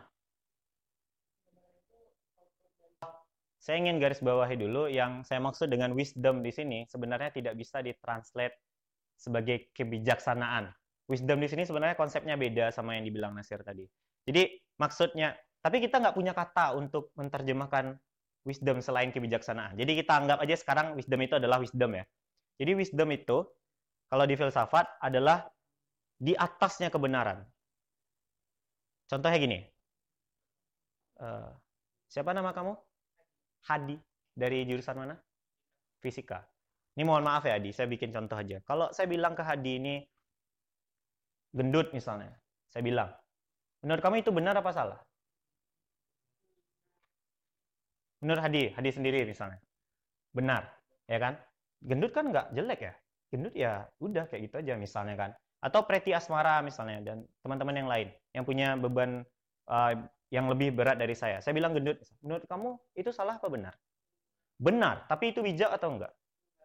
Saya ingin garis bawahi dulu, yang saya maksud dengan wisdom di sini sebenarnya tidak bisa ditranslate sebagai kebijaksanaan. Wisdom di sini sebenarnya konsepnya beda sama yang dibilang Nasir tadi. Jadi maksudnya, tapi kita nggak punya kata untuk menerjemahkan wisdom selain kebijaksanaan. Jadi kita anggap aja sekarang wisdom itu adalah wisdom ya. Jadi wisdom itu kalau di filsafat adalah di atasnya kebenaran. Contohnya gini. Siapa nama kamu? Hadi. Dari jurusan mana? Fisika. Ini mohon maaf ya Hadi, saya bikin contoh aja. Kalau saya bilang ke Hadi ini gendut misalnya. Saya bilang, menurut kamu itu benar apa salah? Menurut Hadi sendiri misalnya. Benar, ya kan? Gendut kan nggak jelek ya? Gendut ya udah kayak gitu aja misalnya kan. Atau Preti Asmara misalnya dan teman-teman yang lain yang punya beban yang lebih berat dari saya. Saya bilang gendut. Menurut kamu itu salah apa benar? Benar, tapi itu bijak atau enggak?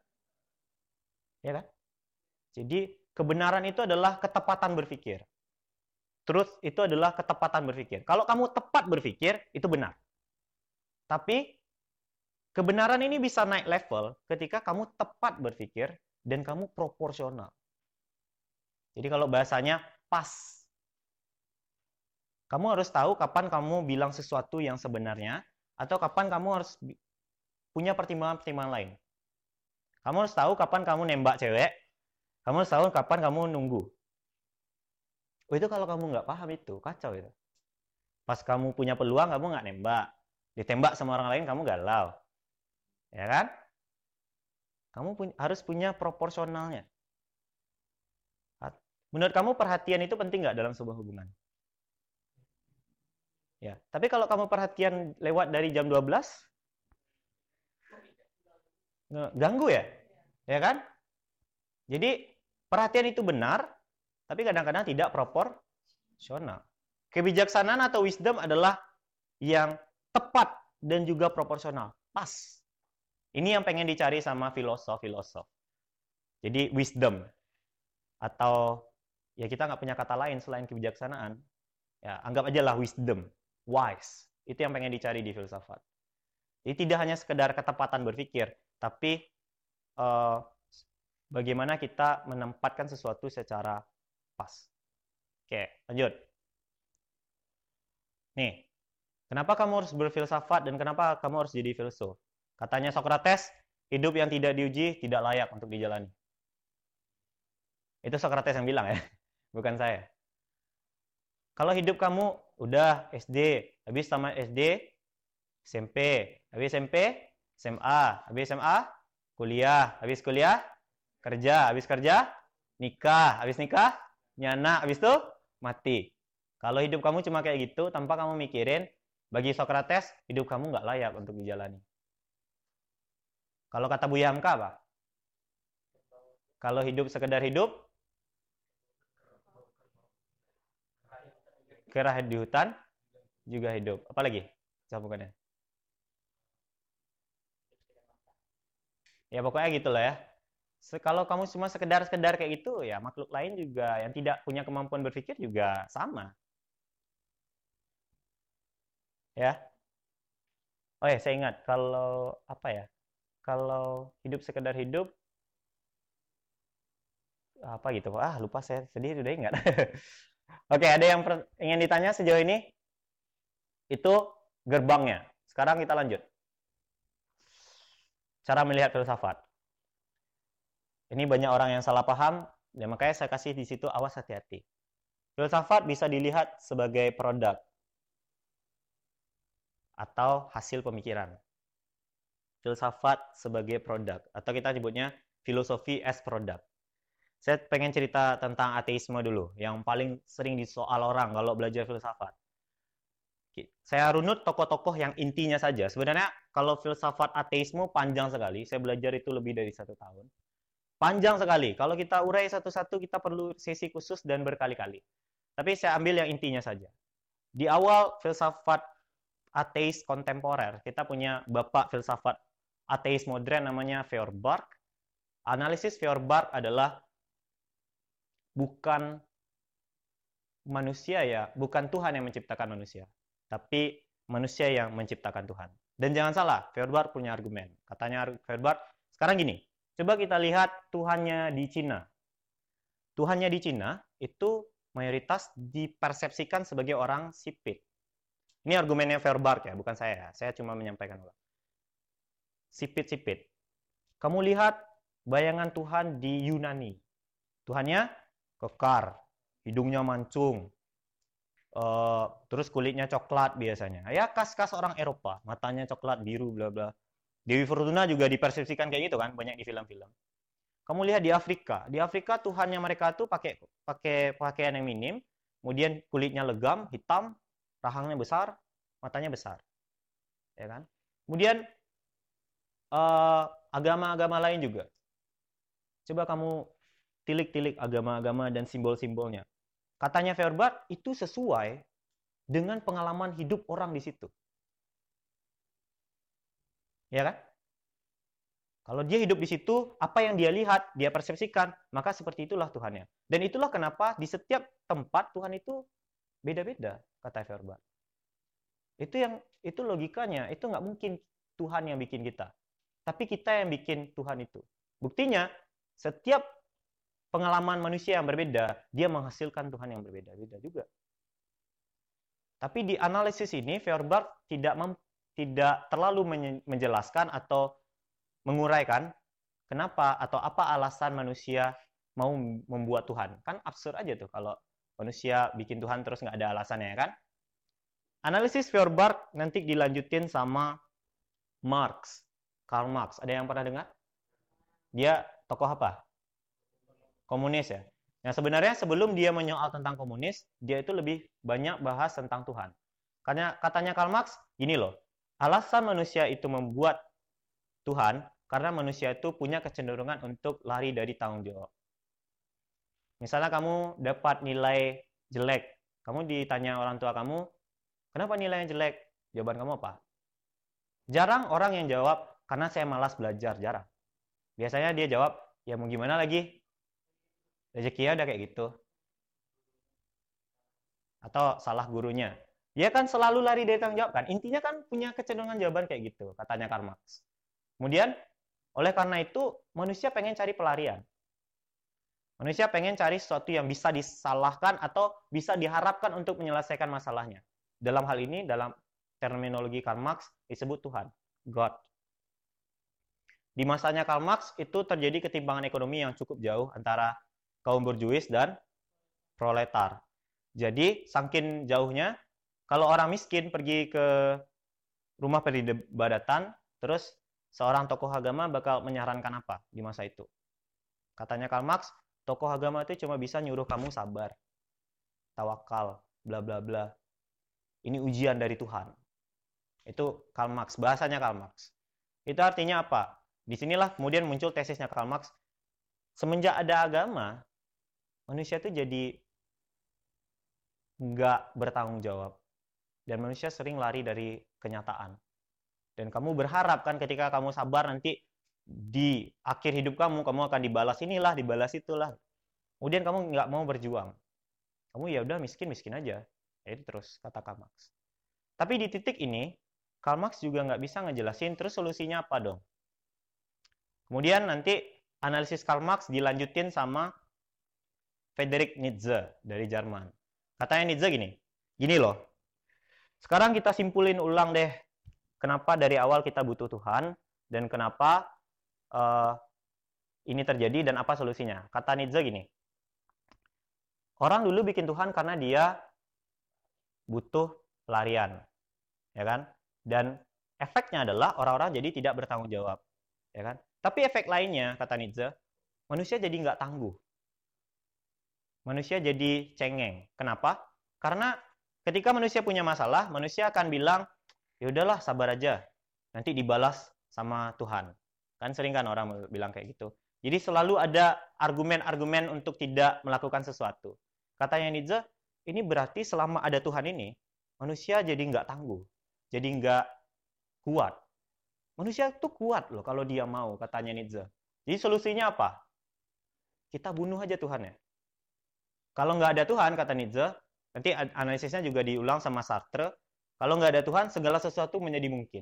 Ya kan? Jadi kebenaran itu adalah ketepatan berpikir. Truth itu adalah ketepatan berpikir. Kalau kamu tepat berpikir, itu benar. Tapi kebenaran ini bisa naik level ketika kamu tepat berpikir dan kamu proporsional. Jadi kalau bahasanya pas. Kamu harus tahu kapan kamu bilang sesuatu yang sebenarnya, atau kapan kamu harus punya pertimbangan-pertimbangan lain. Kamu harus tahu kapan kamu nembak cewek, kamu harus tahu kapan kamu nunggu. Itu kalau kamu nggak paham itu, kacau itu. Pas kamu punya peluang, kamu nggak nembak. Ditembak sama orang lain, kamu galau. Ya kan? Kamu harus punya proporsionalnya. Menurut kamu perhatian itu penting nggak dalam sebuah hubungan? Ya, tapi kalau kamu perhatian lewat dari jam 12, ganggu ya? Ya kan? Jadi, perhatian itu benar, tapi kadang-kadang tidak proporsional. Kebijaksanaan atau wisdom adalah yang tepat dan juga proporsional. Pas. Ini yang pengen dicari sama filosof-filosof. Jadi, wisdom. Atau, ya kita nggak punya kata lain selain kebijaksanaan. Ya, anggap aja lah wisdom. Wise. Itu yang pengen dicari di filsafat. Jadi tidak hanya sekedar ketepatan berpikir, tapi bagaimana kita menempatkan sesuatu secara pas. Oke, lanjut. Nih, kenapa kamu harus berfilsafat dan kenapa kamu harus jadi filsuf? Katanya Socrates, hidup yang tidak diuji tidak layak untuk dijalani. Itu Socrates yang bilang ya, bukan saya. Kalau hidup kamu udah SD, habis tamat SD, SMP, habis SMP, SMA, habis SMA, kuliah, habis kuliah, kerja, habis kerja, nikah, habis nikah, nyana, habis itu mati. Kalau hidup kamu cuma kayak gitu, tanpa kamu mikirin, bagi Socrates, hidup kamu nggak layak untuk dijalani. Kalau kata Buya Hamka apa? Kalau hidup sekedar hidup, kerah di hutan, juga hidup. Apalagi? Sambungannya. Ya pokoknya gitu lah ya. Kalau kamu cuma sekedar kayak gitu, ya makhluk lain juga yang tidak punya kemampuan berpikir juga sama. Ya. Oh ya, saya ingat kalau apa ya? Kalau hidup sekedar hidup apa gitu? Lupa saya sedih udah ingat. Oke, ada yang ingin ditanya sejauh ini? Itu gerbangnya. Sekarang kita lanjut. Cara melihat filsafat. Ini banyak orang yang salah paham, dan makanya saya kasih di situ awas hati-hati. Filsafat bisa dilihat sebagai produk atau hasil pemikiran. Filsafat sebagai produk, atau kita nyebutnya filosofi as product. Saya pengen cerita tentang ateisme dulu, yang paling sering disoal orang kalau belajar filsafat. Saya runut tokoh-tokoh yang intinya saja. Sebenarnya kalau filsafat ateisme panjang sekali, saya belajar itu lebih dari 1 tahun. Panjang sekali. Kalau kita urai satu-satu, kita perlu sesi khusus dan berkali-kali. Tapi saya ambil yang intinya saja. Di awal filsafat ateis kontemporer, kita punya bapak filsafat ateis modern namanya Feuerbach. Analisis Feuerbach adalah bukan manusia ya, bukan Tuhan yang menciptakan manusia, tapi manusia yang menciptakan Tuhan. Dan jangan salah, Feuerbach punya argumen. Katanya Feuerbach, sekarang gini, coba kita lihat Tuhannya di Cina. Tuhannya di Cina itu mayoritas dipersepsikan sebagai orang sipit. Ini argumennya Feuerbach ya, bukan saya. Saya cuma menyampaikan. Sipit-sipit. Kamu lihat bayangan Tuhan di Yunani. Tuhannya kekar, hidungnya mancung, terus kulitnya coklat biasanya. Ya khas-khas orang Eropa, matanya coklat biru bla bla. Dewi Fortuna juga dipersepsikan kayak gitu kan, banyak di film-film. Kamu lihat di Afrika Tuhannya mereka tuh pakai pakaian yang minim, kemudian kulitnya legam, hitam, rahangnya besar, matanya besar. Ya kan? Kemudian agama-agama lain juga. Coba kamu tilik-tilik agama-agama dan simbol-simbolnya. Katanya Feuerbach itu sesuai dengan pengalaman hidup orang di situ. Ya kan? Kalau dia hidup di situ, apa yang dia lihat, dia persepsikan, maka seperti itulah Tuhannya. Dan itulah kenapa di setiap tempat Tuhan itu beda-beda, kata Feuerbach. Itu logikanya, itu nggak mungkin Tuhan yang bikin kita. Tapi kita yang bikin Tuhan itu. Buktinya, Setiap pengalaman manusia yang berbeda, dia menghasilkan Tuhan yang berbeda-beda juga. Tapi di analisis ini, Feuerbach tidak terlalu menjelaskan atau menguraikan kenapa atau apa alasan manusia mau membuat Tuhan. Kan absurd aja tuh kalau manusia bikin Tuhan terus nggak ada alasannya, kan? Analisis Feuerbach nanti dilanjutin sama Karl Marx. Ada yang pernah dengar? Dia tokoh apa? Komunis ya. Nah, sebenarnya sebelum dia menyoal tentang komunis, dia itu lebih banyak bahas tentang Tuhan. Karena katanya Karl Marx, gini loh, alasan manusia itu membuat Tuhan, karena manusia itu punya kecenderungan untuk lari dari tanggung jawab. Misalnya kamu dapat nilai jelek, kamu ditanya orang tua kamu, kenapa nilainya jelek? Jawaban kamu apa? Jarang orang yang jawab, karena saya malas belajar, jarang. Biasanya dia jawab, ya mau gimana lagi? Rezekinya udah kayak gitu. Atau salah gurunya. Dia kan selalu lari dari tanggung jawab kan. Intinya kan punya kecenderungan jawaban kayak gitu, katanya Karl Marx. Kemudian, oleh karena itu, manusia pengen cari pelarian. Manusia pengen cari sesuatu yang bisa disalahkan atau bisa diharapkan untuk menyelesaikan masalahnya. Dalam hal ini, dalam terminologi Karl Marx, disebut Tuhan, God. Di masanya Karl Marx, itu terjadi ketimpangan ekonomi yang cukup jauh antara kaum borjuis dan proletar. Jadi, saking jauhnya, kalau orang miskin pergi ke rumah peribadatan, terus seorang tokoh agama bakal menyarankan apa di masa itu? Katanya Karl Marx, tokoh agama itu cuma bisa nyuruh kamu sabar, tawakal, bla bla bla. Ini ujian dari Tuhan. Itu Karl Marx, bahasanya Karl Marx. Itu artinya apa? Disinilah kemudian muncul tesisnya Karl Marx. Semenjak ada agama, manusia itu jadi nggak bertanggung jawab. Dan manusia sering lari dari kenyataan. Dan kamu berharap kan ketika kamu sabar nanti di akhir hidup kamu akan dibalas inilah, dibalas itulah. Kemudian kamu nggak mau berjuang. Kamu ya udah miskin aja. Ya itu terus kata Karl Marx. Tapi di titik ini, Karl Marx juga nggak bisa ngejelasin terus solusinya apa dong. Kemudian nanti analisis Karl Marx dilanjutin sama Friedrich Nietzsche dari Jerman. Katanya Nietzsche gini loh. Sekarang kita simpulin ulang deh, kenapa dari awal kita butuh Tuhan dan kenapa ini terjadi dan apa solusinya. Kata Nietzsche gini, orang dulu bikin Tuhan karena dia butuh pelarian, ya kan? Dan efeknya adalah orang-orang jadi tidak bertanggung jawab, ya kan? Tapi efek lainnya, kata Nietzsche, manusia jadi nggak tangguh. Manusia jadi cengeng. Kenapa? Karena ketika manusia punya masalah, manusia akan bilang, ya udahlah sabar aja, nanti dibalas sama Tuhan. Kan sering kan orang bilang kayak gitu. Jadi selalu ada argumen-argumen untuk tidak melakukan sesuatu. Katanya Nietzsche, ini berarti selama ada Tuhan ini, manusia jadi nggak tangguh, jadi nggak kuat. Manusia tuh kuat loh kalau dia mau, katanya Nietzsche. Jadi solusinya apa? Kita bunuh aja Tuhan ya. Kalau nggak ada Tuhan, kata Nietzsche, nanti analisisnya juga diulang sama Sartre, kalau nggak ada Tuhan, segala sesuatu menjadi mungkin.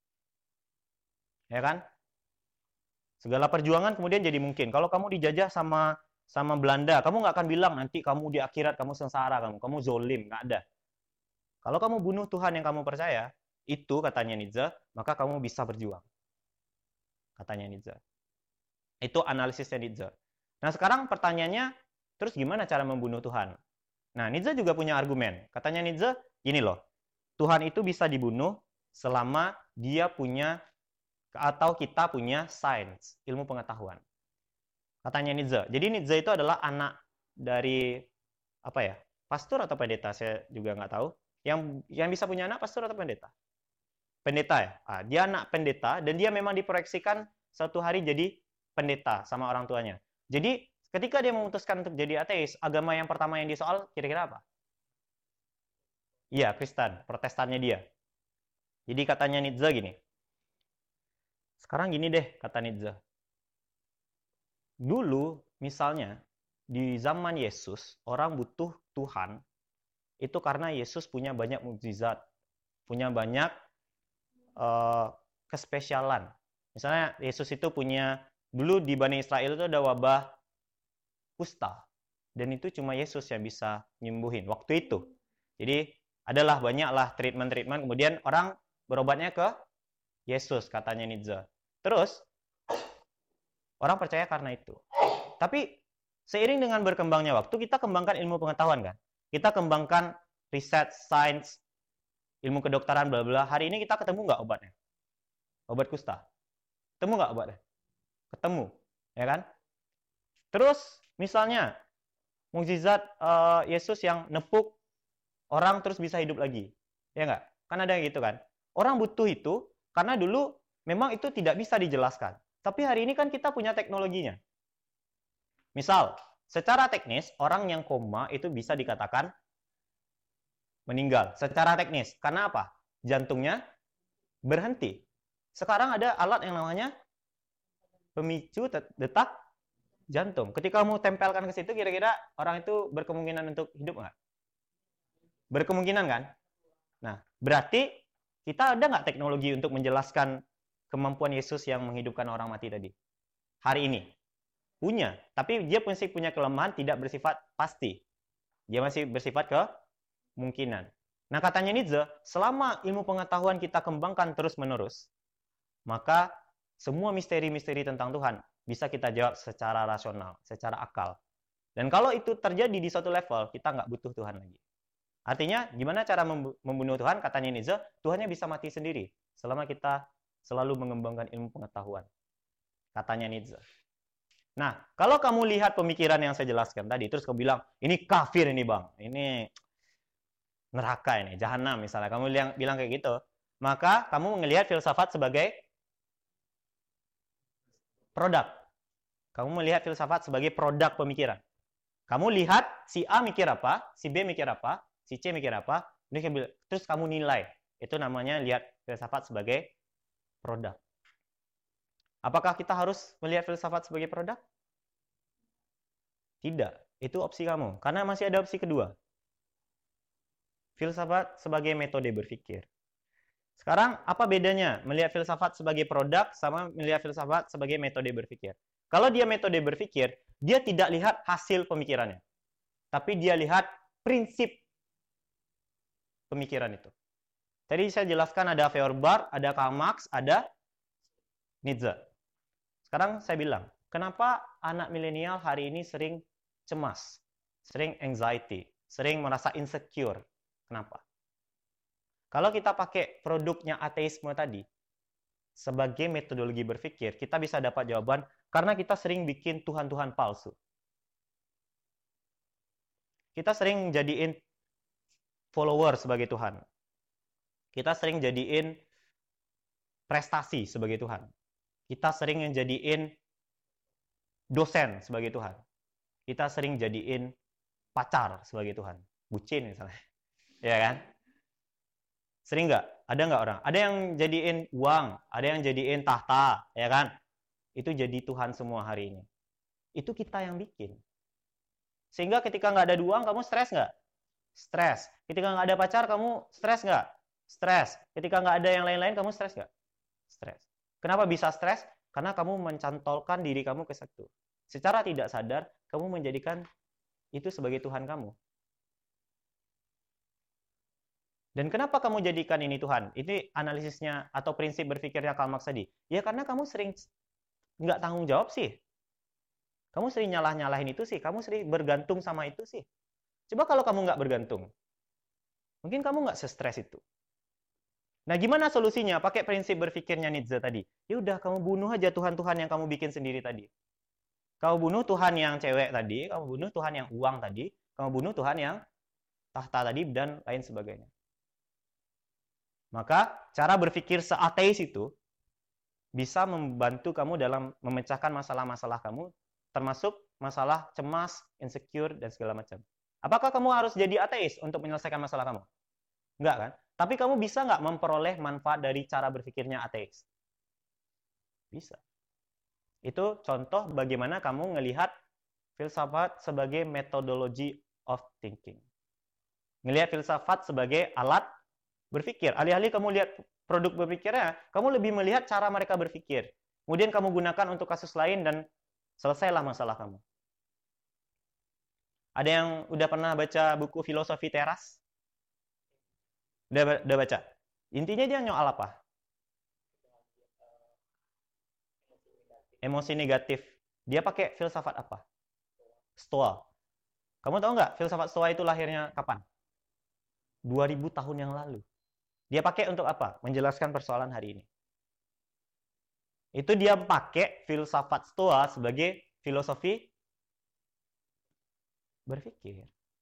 Ya kan? Segala perjuangan kemudian jadi mungkin. Kalau kamu dijajah sama Belanda, kamu nggak akan bilang nanti kamu di akhirat kamu sengsara, kamu zolim, nggak ada. Kalau kamu bunuh Tuhan yang kamu percaya, itu katanya Nietzsche, maka kamu bisa berjuang. Katanya Nietzsche. Itu analisisnya Nietzsche. Nah sekarang pertanyaannya, terus gimana cara membunuh Tuhan? Nah Nietzsche juga punya argumen. Katanya Nietzsche, gini loh, Tuhan itu bisa dibunuh selama dia punya atau kita punya sains, ilmu pengetahuan. Katanya Nietzsche. Jadi Nietzsche itu adalah anak dari apa ya? Pastor atau pendeta? Saya juga nggak tahu. Yang bisa punya anak pastor atau pendeta? Pendeta ya. Dia anak pendeta dan dia memang diproyeksikan suatu hari jadi pendeta sama orang tuanya. Jadi ketika dia memutuskan untuk jadi ateis, agama yang pertama yang disoal kira-kira apa? Iya, Kristen, Protestannya dia. Jadi katanya Nietzsche gini. Sekarang gini deh, kata Nietzsche. Dulu, misalnya, di zaman Yesus, orang butuh Tuhan, itu karena Yesus punya banyak mukjizat, punya banyak kespesialan. Misalnya, Yesus itu punya Dulu di Bani Israel itu ada wabah kusta. Dan itu cuma Yesus yang bisa nyembuhin waktu itu. Jadi adalah banyaklah treatment-treatment. Kemudian orang berobatnya ke Yesus, katanya Nietzsche. Terus orang percaya karena itu. Tapi seiring dengan berkembangnya waktu, kita kembangkan ilmu pengetahuan kan. Kita kembangkan riset, sains, ilmu kedokteran, bla bla. Hari ini kita ketemu nggak obatnya? Obat kusta. Ketemu nggak obatnya? Ketemu, ya kan? Terus misalnya mukjizat Yesus yang nepuk orang terus bisa hidup lagi, ya nggak? Kan ada yang gitu kan? Orang butuh itu karena dulu memang itu tidak bisa dijelaskan. Tapi hari ini kan kita punya teknologinya. Misal, secara teknis orang yang koma itu bisa dikatakan meninggal. Secara teknis, karena apa? Jantungnya berhenti. Sekarang ada alat yang namanya pemicu detak jantung. Ketika kamu tempelkan ke situ, kira-kira orang itu berkemungkinan untuk hidup nggak? Berkemungkinan kan? Nah, berarti kita ada nggak teknologi untuk menjelaskan kemampuan Yesus yang menghidupkan orang mati tadi? Hari ini. Punya. Tapi dia masih punya kelemahan tidak bersifat pasti. Dia masih bersifat kemungkinan. Nah, katanya Nietzsche, selama ilmu pengetahuan kita kembangkan terus-menerus, maka semua misteri-misteri tentang Tuhan bisa kita jawab secara rasional, secara akal. Dan kalau itu terjadi di suatu level, kita nggak butuh Tuhan lagi. Artinya, gimana cara membunuh Tuhan? Katanya Nietzsche, Tuhannya bisa mati sendiri selama kita selalu mengembangkan ilmu pengetahuan. Katanya Nietzsche. Nah, kalau kamu lihat pemikiran yang saya jelaskan tadi, terus kamu bilang, ini kafir ini bang, ini neraka ini, jahanam misalnya. Kamu bilang kayak gitu, maka kamu melihat filsafat sebagai produk. Kamu melihat filsafat sebagai produk pemikiran. Kamu lihat si A mikir apa, si B mikir apa, si C mikir apa, terus kamu nilai. Itu namanya lihat filsafat sebagai produk. Apakah kita harus melihat filsafat sebagai produk? Tidak. Itu opsi kamu. Karena masih ada opsi kedua. Filsafat sebagai metode berpikir. Sekarang, apa bedanya melihat filsafat sebagai produk sama melihat filsafat sebagai metode berpikir? Kalau dia metode berpikir, dia tidak lihat hasil pemikirannya. Tapi dia lihat prinsip pemikiran itu. Tadi saya jelaskan ada Feuerbach, ada Karl Marx, ada Nietzsche. Sekarang saya bilang, kenapa anak milenial hari ini sering cemas, sering anxiety, sering merasa insecure? Kenapa? Kalau kita pakai produknya ateisme tadi, sebagai metodologi berpikir, kita bisa dapat jawaban karena kita sering bikin Tuhan-Tuhan palsu. Kita sering jadiin follower sebagai Tuhan. Kita sering jadiin prestasi sebagai Tuhan. Kita sering jadiin dosen sebagai Tuhan. Kita sering jadiin pacar sebagai Tuhan. Bucin misalnya. Ya kan? Sering nggak? Ada nggak orang? Ada yang jadiin uang, ada yang jadiin tahta, ya kan? Itu jadi Tuhan semua hari ini. Itu kita yang bikin. Sehingga ketika nggak ada uang, kamu stres nggak? Stres. Ketika nggak ada pacar, kamu stres nggak? Stres. Ketika nggak ada yang lain-lain, kamu stres nggak? Stres. Kenapa bisa stres? Karena kamu mencantolkan diri kamu ke situ. Secara tidak sadar, kamu menjadikan itu sebagai Tuhan kamu. Dan kenapa kamu jadikan ini Tuhan? Ini analisisnya atau prinsip berpikirnya Karl Marx tadi. Ya karena kamu sering nggak tanggung jawab sih. Kamu sering nyalah-nyalahin itu sih. Kamu sering bergantung sama itu sih. Coba kalau kamu nggak bergantung. Mungkin kamu nggak se-stres itu. Nah, gimana solusinya? Pakai prinsip berpikirnya Nietzsche tadi. Ya udah, kamu bunuh aja Tuhan-Tuhan yang kamu bikin sendiri tadi. Kamu bunuh Tuhan yang cewek tadi, kamu bunuh Tuhan yang uang tadi, kamu bunuh Tuhan yang tahta tadi, dan lain sebagainya. Maka, cara berpikir seateis itu bisa membantu kamu dalam memecahkan masalah-masalah kamu, termasuk masalah cemas, insecure, dan segala macam. Apakah kamu harus jadi ateis untuk menyelesaikan masalah kamu? Enggak kan? Tapi kamu bisa nggak memperoleh manfaat dari cara berpikirnya ateis? Bisa. Itu contoh bagaimana kamu melihat filsafat sebagai methodology of thinking. Melihat filsafat sebagai alat berpikir. Alih-alih kamu lihat produk berpikirnya, kamu lebih melihat cara mereka berpikir. kemudian kamu gunakan untuk kasus lain dan selesailah masalah kamu. Ada yang udah pernah baca buku Filosofi Teras? Udah baca? Intinya dia nyoal apa? Emosi negatif. Dia pakai filsafat apa? Stoa. Kamu tahu nggak filsafat Stoa itu lahirnya kapan? 2000 tahun yang lalu. Dia pakai untuk apa? Menjelaskan persoalan hari ini. Itu dia pakai filsafat Stoa sebagai filosofi berpikir.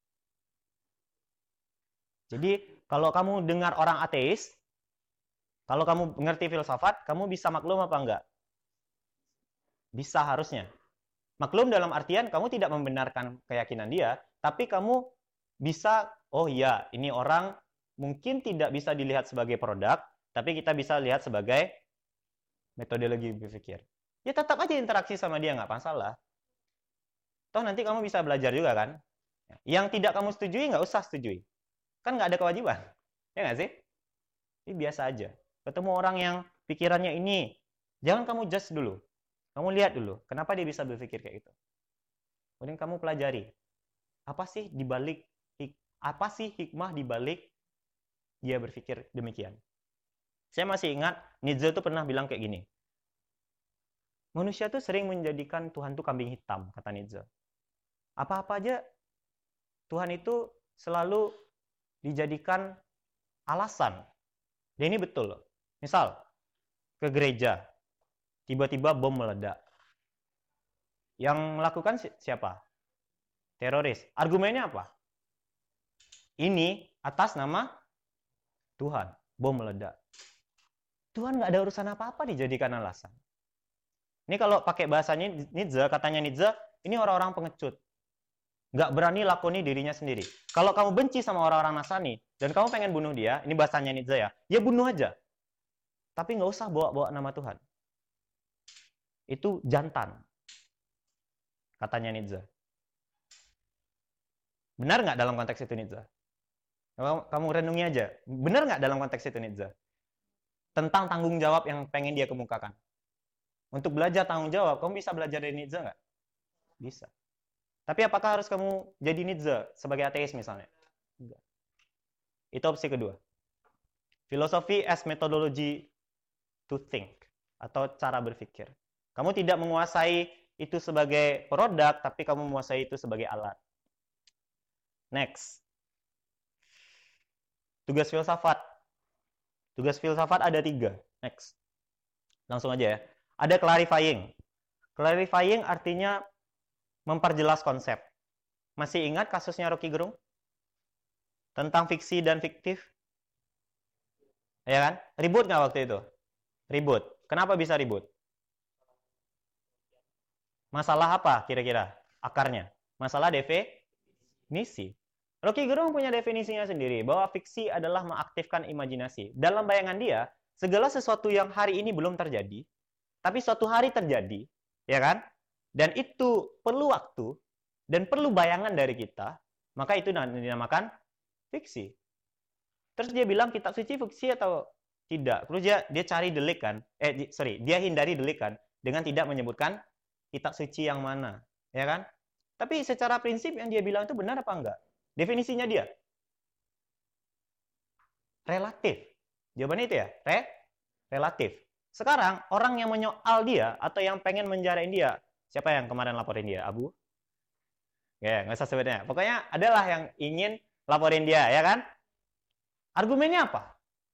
Jadi, kalau kamu dengar orang ateis, kalau kamu ngerti filsafat, kamu bisa maklum apa enggak? Bisa harusnya. Maklum dalam artian kamu tidak membenarkan keyakinan dia, tapi kamu bisa, oh iya, ini orang mungkin tidak bisa dilihat sebagai produk, tapi kita bisa lihat sebagai metodologi berpikir. Ya tetap aja interaksi sama dia, nggak masalah. Toh nanti kamu bisa belajar juga kan? Yang tidak kamu setujui, nggak usah setujui. Kan nggak ada kewajiban. Ya nggak sih? Ini biasa aja. Ketemu orang yang pikirannya ini, jangan kamu judge dulu. Kamu lihat dulu, kenapa dia bisa berpikir kayak gitu. Kemudian kamu pelajari, apa sih hikmah dibalik dia berpikir demikian. Saya masih ingat, Nietzsche tuh pernah bilang kayak gini. Manusia tuh sering menjadikan Tuhan tuh kambing hitam, kata Nietzsche. Apa-apa aja, Tuhan itu selalu dijadikan alasan. Dan ini betul loh. Misal, ke gereja, tiba-tiba bom meledak. Yang melakukan siapa? Teroris. Argumennya apa? Ini atas nama Tuhan. Bom meledak. Tuhan nggak ada urusan apa-apa dijadikan alasan. Ini kalau pakai bahasanya Nietzsche, katanya Nietzsche, ini orang-orang pengecut. Nggak berani lakoni dirinya sendiri. Kalau kamu benci sama orang-orang Nasrani, dan kamu pengen bunuh dia, ini bahasanya Nietzsche ya bunuh aja. Tapi nggak usah bawa-bawa nama Tuhan. Itu jantan, katanya Nietzsche. Benar nggak dalam konteks itu Nietzsche? Kamu renungi aja. Benar nggak dalam konteks itu Nietzsche? Tentang tanggung jawab yang pengen dia kemukakan. Untuk belajar tanggung jawab, kamu bisa belajar dari Nietzsche nggak? Bisa. Tapi apakah harus kamu jadi Nietzsche sebagai ateis misalnya? Enggak. Itu opsi kedua. Filosofi as methodology to think, atau cara berpikir. Kamu tidak menguasai itu sebagai produk, tapi kamu menguasai itu sebagai alat. Next. Tugas filsafat. Tugas filsafat ada 3. Next. Langsung aja ya. Ada clarifying. Clarifying artinya memperjelas konsep. Masih ingat kasusnya Rocky Gerung? Tentang fiksi dan fiktif? Ya kan? Ribut nggak waktu itu? Ribut. Kenapa bisa ribut? Masalah apa kira-kira akarnya? Masalah definisi. Rocky Gerung punya definisinya sendiri, bahwa fiksi adalah mengaktifkan imajinasi. Dalam bayangan dia, segala sesuatu yang hari ini belum terjadi, tapi suatu hari terjadi, ya kan? Dan itu perlu waktu, dan perlu bayangan dari kita, maka itu dinamakan fiksi. Terus dia bilang kitab suci fiksi atau tidak? Terus dia cari delik kan? Dia hindari delik kan? Dengan tidak menyebutkan kitab suci yang mana, ya kan? Tapi secara prinsip yang dia bilang itu benar apa enggak? Definisinya dia relatif. Jawabannya itu ya, relatif. Sekarang orang yang menyoal dia atau yang pengen menjarain dia, siapa yang kemarin laporin dia? Abu? Ya, nggak usah sebutnya. Pokoknya adalah yang ingin laporin dia, ya kan? Argumennya apa?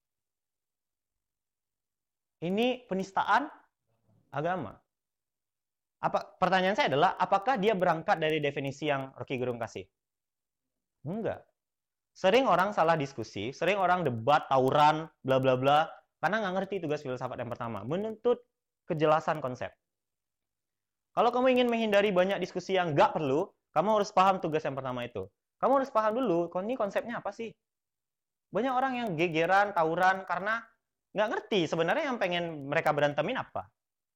Ini penistaan agama. Pertanyaan saya adalah, apakah dia berangkat dari definisi yang Rocky Gerung kasih? Enggak. Sering orang salah diskusi, sering orang debat, tawuran, bla bla bla, karena nggak ngerti tugas filsafat yang pertama, menuntut kejelasan konsep. Kalau kamu ingin menghindari banyak diskusi yang nggak perlu, kamu harus paham tugas yang pertama itu. Kamu harus paham dulu, ini konsepnya apa sih? Banyak orang yang gegeran, tawuran, karena nggak ngerti sebenarnya yang pengen mereka berantemin apa.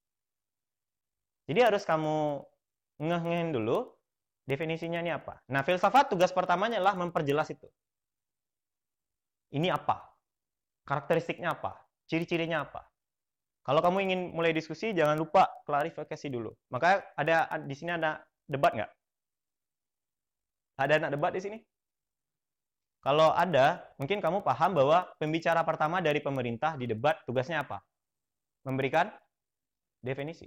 Jadi harus kamu ngehin dulu, definisinya ini apa. Nah, filsafat tugas pertamanya adalah memperjelas itu. Ini apa? Karakteristiknya apa? Ciri-cirinya apa? Kalau kamu ingin mulai diskusi, jangan lupa klarifikasi dulu. Maka di sini ada debat nggak? Ada anak debat di sini? Kalau ada, mungkin kamu paham bahwa pembicara pertama dari pemerintah di debat tugasnya apa? Memberikan definisi.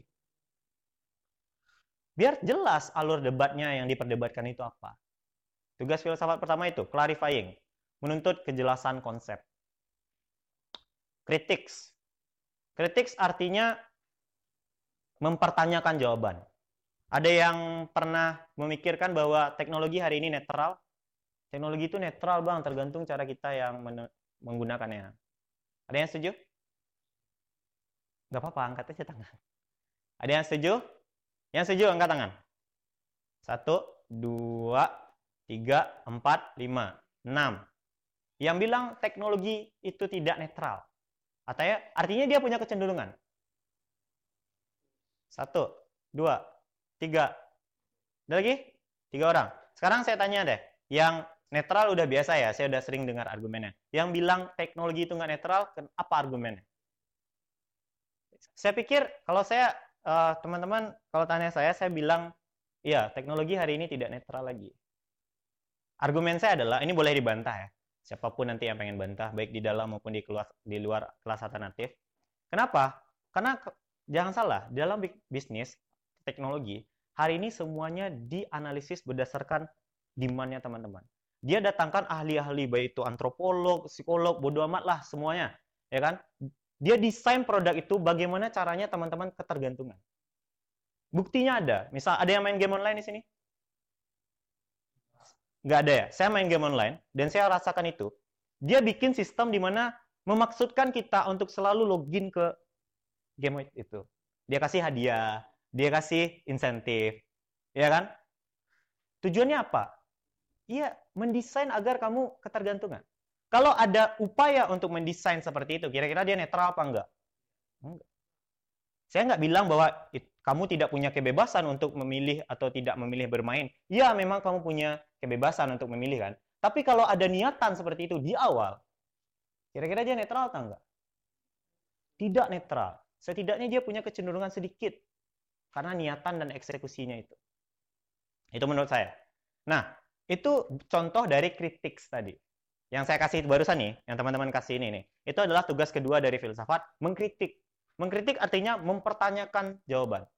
Biar jelas alur debatnya yang diperdebatkan itu apa. Tugas filsafat pertama itu, clarifying, menuntut kejelasan konsep. Critics. Critics artinya mempertanyakan jawaban. Ada yang pernah memikirkan bahwa teknologi hari ini netral? Teknologi itu netral, Bang, tergantung cara kita yang menggunakannya. Ada yang setuju? Nggak apa-apa, angkat aja tangan. Ada yang setuju? Yang setuju, angkat tangan. 1, 2, 3, 4, 5, 6. Yang bilang teknologi itu tidak netral. Artinya dia punya kecenderungan. 1, 2, 3. Ada lagi? 3 orang. Sekarang saya tanya deh. Yang netral udah biasa ya, saya udah sering dengar argumennya. Yang bilang teknologi itu nggak netral, apa argumennya? Saya pikir kalau saya, teman-teman, kalau tanya saya bilang, iya, teknologi hari ini tidak netral lagi. Argumen saya adalah, ini boleh dibantah ya. Siapapun nanti yang pengen bantah, baik di dalam maupun di luar kelas alternatif. Kenapa? Karena jangan salah, dalam bisnis teknologi, hari ini semuanya dianalisis berdasarkan demand-nya teman-teman. Dia datangkan ahli-ahli, baik itu antropolog, psikolog, bodo amat lah semuanya, ya kan? Dia desain produk itu bagaimana caranya teman-teman ketergantungan. Buktinya ada. Misal ada yang main game online di sini? Nggak ada ya? Saya main game online, dan saya rasakan itu. Dia bikin sistem di mana memaksudkan kita untuk selalu login ke game itu. Dia kasih hadiah, dia kasih insentif, ya kan? Tujuannya apa? Iya, mendesain agar kamu ketergantungan. Kalau ada upaya untuk mendesain seperti itu, kira-kira dia netral apa enggak? Enggak. Saya nggak bilang bahwa kamu tidak punya kebebasan untuk memilih atau tidak memilih bermain. Ya, memang kamu punya kebebasan untuk memilih kan. Tapi kalau ada niatan seperti itu di awal, kira-kira dia netral atau enggak? Tidak netral. Setidaknya dia punya kecenderungan sedikit karena niatan dan eksekusinya itu. Itu menurut saya. Nah, itu contoh dari kritik tadi. Yang saya kasih barusan nih, yang teman-teman kasih ini nih. Itu adalah tugas kedua dari filsafat, mengkritik. Mengkritik artinya mempertanyakan jawaban.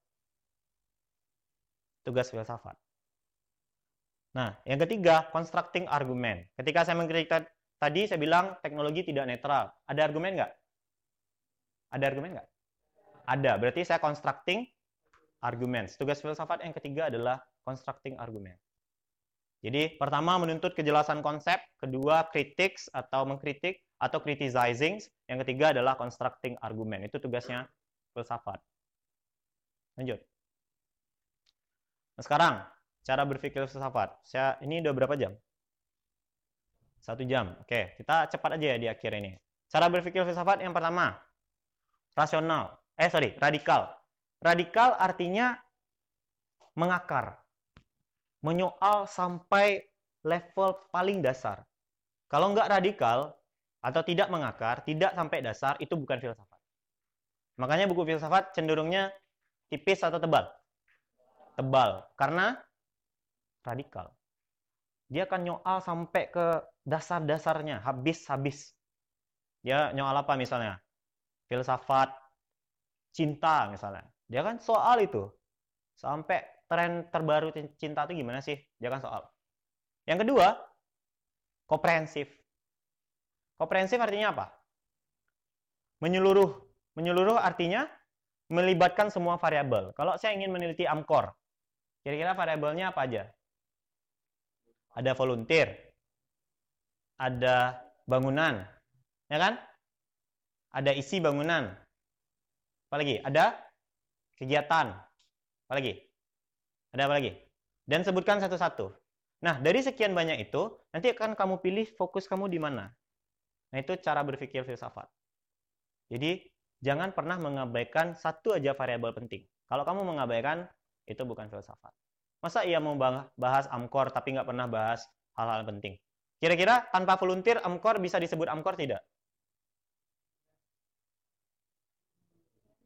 Tugas filsafat. Nah, yang ketiga, constructing argument. Ketika saya mengkritik tadi, saya bilang teknologi tidak netral. Ada argumen nggak? Ada argumen nggak? Ada. Berarti saya constructing argument. Tugas filsafat yang ketiga adalah constructing argument. Jadi, pertama menuntut kejelasan konsep, kedua kritik atau mengkritik atau criticizing, yang ketiga adalah constructing argument. Itu tugasnya filsafat. Lanjut. Nah, sekarang cara berpikir filsafat. Ini udah berapa jam? 1 jam. Oke, kita cepat aja ya di akhir ini. Cara berpikir filsafat yang pertama, radikal. Radikal artinya mengakar. Menyoal sampai level paling dasar. Kalau nggak radikal atau tidak mengakar, tidak sampai dasar, itu bukan filsafat. Makanya buku filsafat cenderungnya tipis atau tebal? Tebal, karena radikal. Dia akan nyoal sampai ke dasar-dasarnya, habis-habis. Dia nyoal apa misalnya? Filsafat cinta misalnya. Dia kan soal itu. Sampai tren terbaru cinta itu gimana sih? Dia kan soal. Yang kedua, komprehensif. Komprehensif artinya apa? Menyeluruh. Menyeluruh artinya melibatkan semua variabel. Kalau saya ingin meneliti Amkor, kira-kira variabelnya apa aja? Ada volunteer, ada bangunan, ya kan? Ada isi bangunan. Apalagi? Ada kegiatan. Apalagi? Ada apa lagi? Dan sebutkan satu-satu. Nah, dari sekian banyak itu, nanti akan kamu pilih fokus kamu di mana. Nah, itu cara berpikir filsafat. Jadi, jangan pernah mengabaikan satu aja variabel penting. Kalau kamu mengabaikan, itu bukan filsafat. Masa ia mau bahas Amkor tapi nggak pernah bahas hal-hal penting? Kira-kira tanpa volunteer, Amkor bisa disebut Amkor tidak?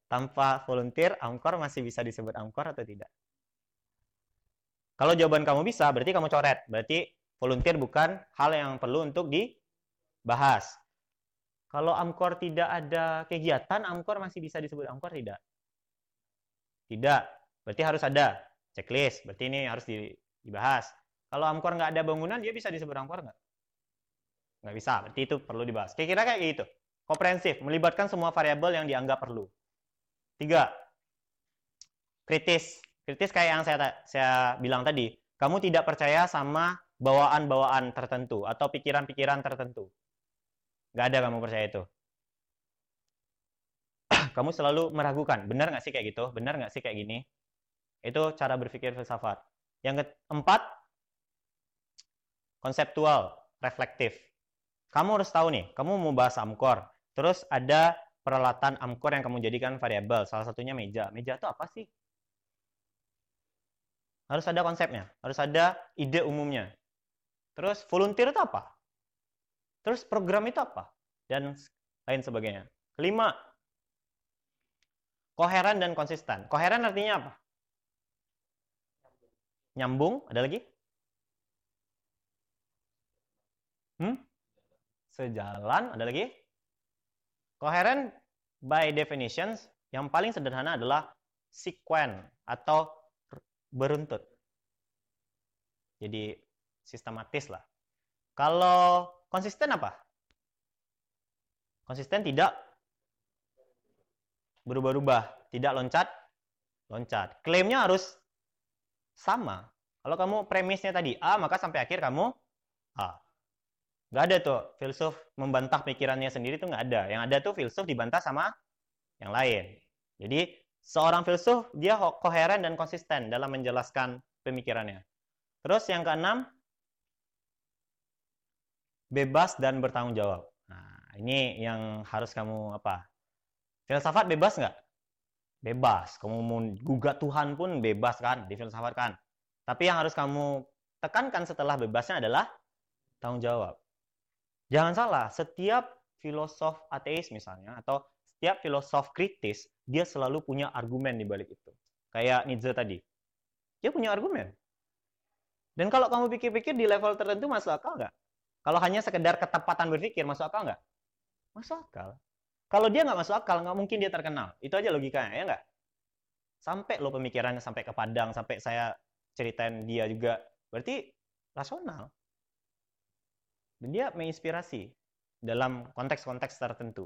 Tanpa volunteer, Amkor masih bisa disebut Amkor atau tidak? Kalau jawaban kamu bisa, berarti kamu coret. Berarti volunteer bukan hal yang perlu untuk dibahas. Kalau Amkor tidak ada kegiatan, Amkor masih bisa disebut Amkor tidak? Tidak. Berarti harus ada checklist. Berarti ini harus dibahas. Kalau Amkor nggak ada bangunan, dia bisa disebut Amkor nggak? Nggak bisa. Berarti itu perlu dibahas. Kira-kira kayak gitu. Komprehensif, melibatkan semua variabel yang dianggap perlu. 3. Kritis. Kritis kayak yang saya bilang tadi. Kamu tidak percaya sama bawaan-bawaan tertentu atau pikiran-pikiran tertentu. Nggak ada kamu percaya itu. Kamu selalu meragukan. Benar nggak sih kayak gitu? Benar nggak sih kayak gini? Itu cara berpikir filsafat. Yang keempat, konseptual, reflektif. Kamu harus tahu nih, kamu mau bahas Amkor. Terus ada peralatan Amkor yang kamu jadikan variabel. Salah satunya meja. Meja itu apa sih? Harus ada konsepnya, harus ada ide umumnya. Terus volunteer itu apa? Terus program itu apa? Dan lain sebagainya. Kelima, koheren dan konsisten. Koheren artinya apa? Nyambung, ada lagi? Sejalan, ada lagi? Koheren by definitions, yang paling sederhana adalah sequence atau beruntut. Jadi sistematis lah. Kalau konsisten apa? Konsisten tidak berubah-ubah, tidak loncat. Klaimnya harus sama. Kalau kamu premisnya tadi A, maka sampai akhir kamu A. Nggak ada tuh filsuf membantah pikirannya sendiri tuh nggak ada. Yang ada tuh filsuf dibantah sama yang lain. Jadi seorang filsuf dia koheren dan konsisten dalam menjelaskan pemikirannya. Terus yang keenam, bebas dan bertanggung jawab. Nah, ini yang harus kamu apa? Filsafat bebas nggak? Bebas. Kamu mau gugat Tuhan pun bebas kan di filsafat kan. Tapi yang harus kamu tekankan setelah bebasnya adalah tanggung jawab. Jangan salah, setiap filosof ateis misalnya atau setiap filosof kritis, dia selalu punya argumen di balik itu. Kayak Nietzsche tadi. Dia punya argumen. Dan kalau kamu pikir-pikir di level tertentu masuk akal nggak? Kalau hanya sekedar ketepatan berpikir, masuk akal nggak? Masuk akal. Kalau dia nggak masuk akal, nggak mungkin dia terkenal. Itu aja logikanya, ya nggak? Sampai lo pemikirannya sampai ke Padang, sampai saya ceritain dia juga. Berarti rasional. Dan dia menginspirasi dalam konteks-konteks tertentu.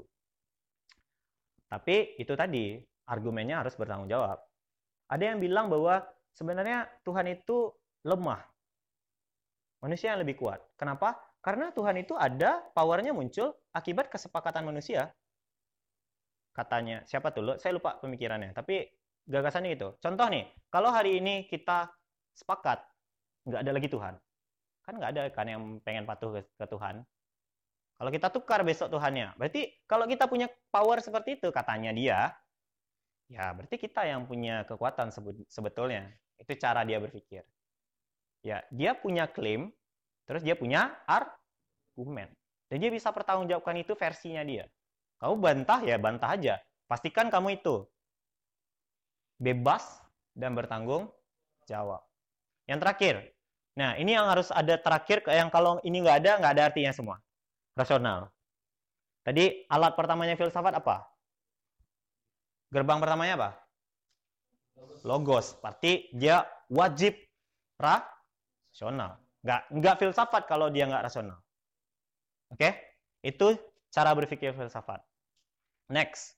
Tapi itu tadi, argumennya harus bertanggung jawab. Ada yang bilang bahwa sebenarnya Tuhan itu lemah. Manusia yang lebih kuat. Kenapa? Karena Tuhan itu ada, powernya muncul akibat kesepakatan manusia. Katanya, siapa tuh? Saya lupa pemikirannya. Tapi gagasannya gitu. Contoh nih, kalau hari ini kita sepakat, nggak ada lagi Tuhan. Kan nggak ada kan yang pengen patuh ke Tuhan. Kalau kita tukar besok Tuhannya, berarti kalau kita punya power seperti itu, katanya dia, ya berarti kita yang punya kekuatan sebetulnya. Itu cara dia berpikir. Ya, dia punya klaim, terus dia punya argumen. Dan dia bisa pertanggungjawabkan itu versinya dia. Kamu bantah, ya bantah aja. Pastikan kamu itu bebas dan bertanggung jawab. Yang terakhir, nah ini yang harus ada terakhir, yang kalau ini nggak ada artinya semua. Rasional. Tadi alat pertamanya filsafat apa? Gerbang pertamanya apa? Logos. Berarti dia wajib rasional. Nggak filsafat kalau dia nggak rasional. Oke? Itu cara berpikir filsafat. Next.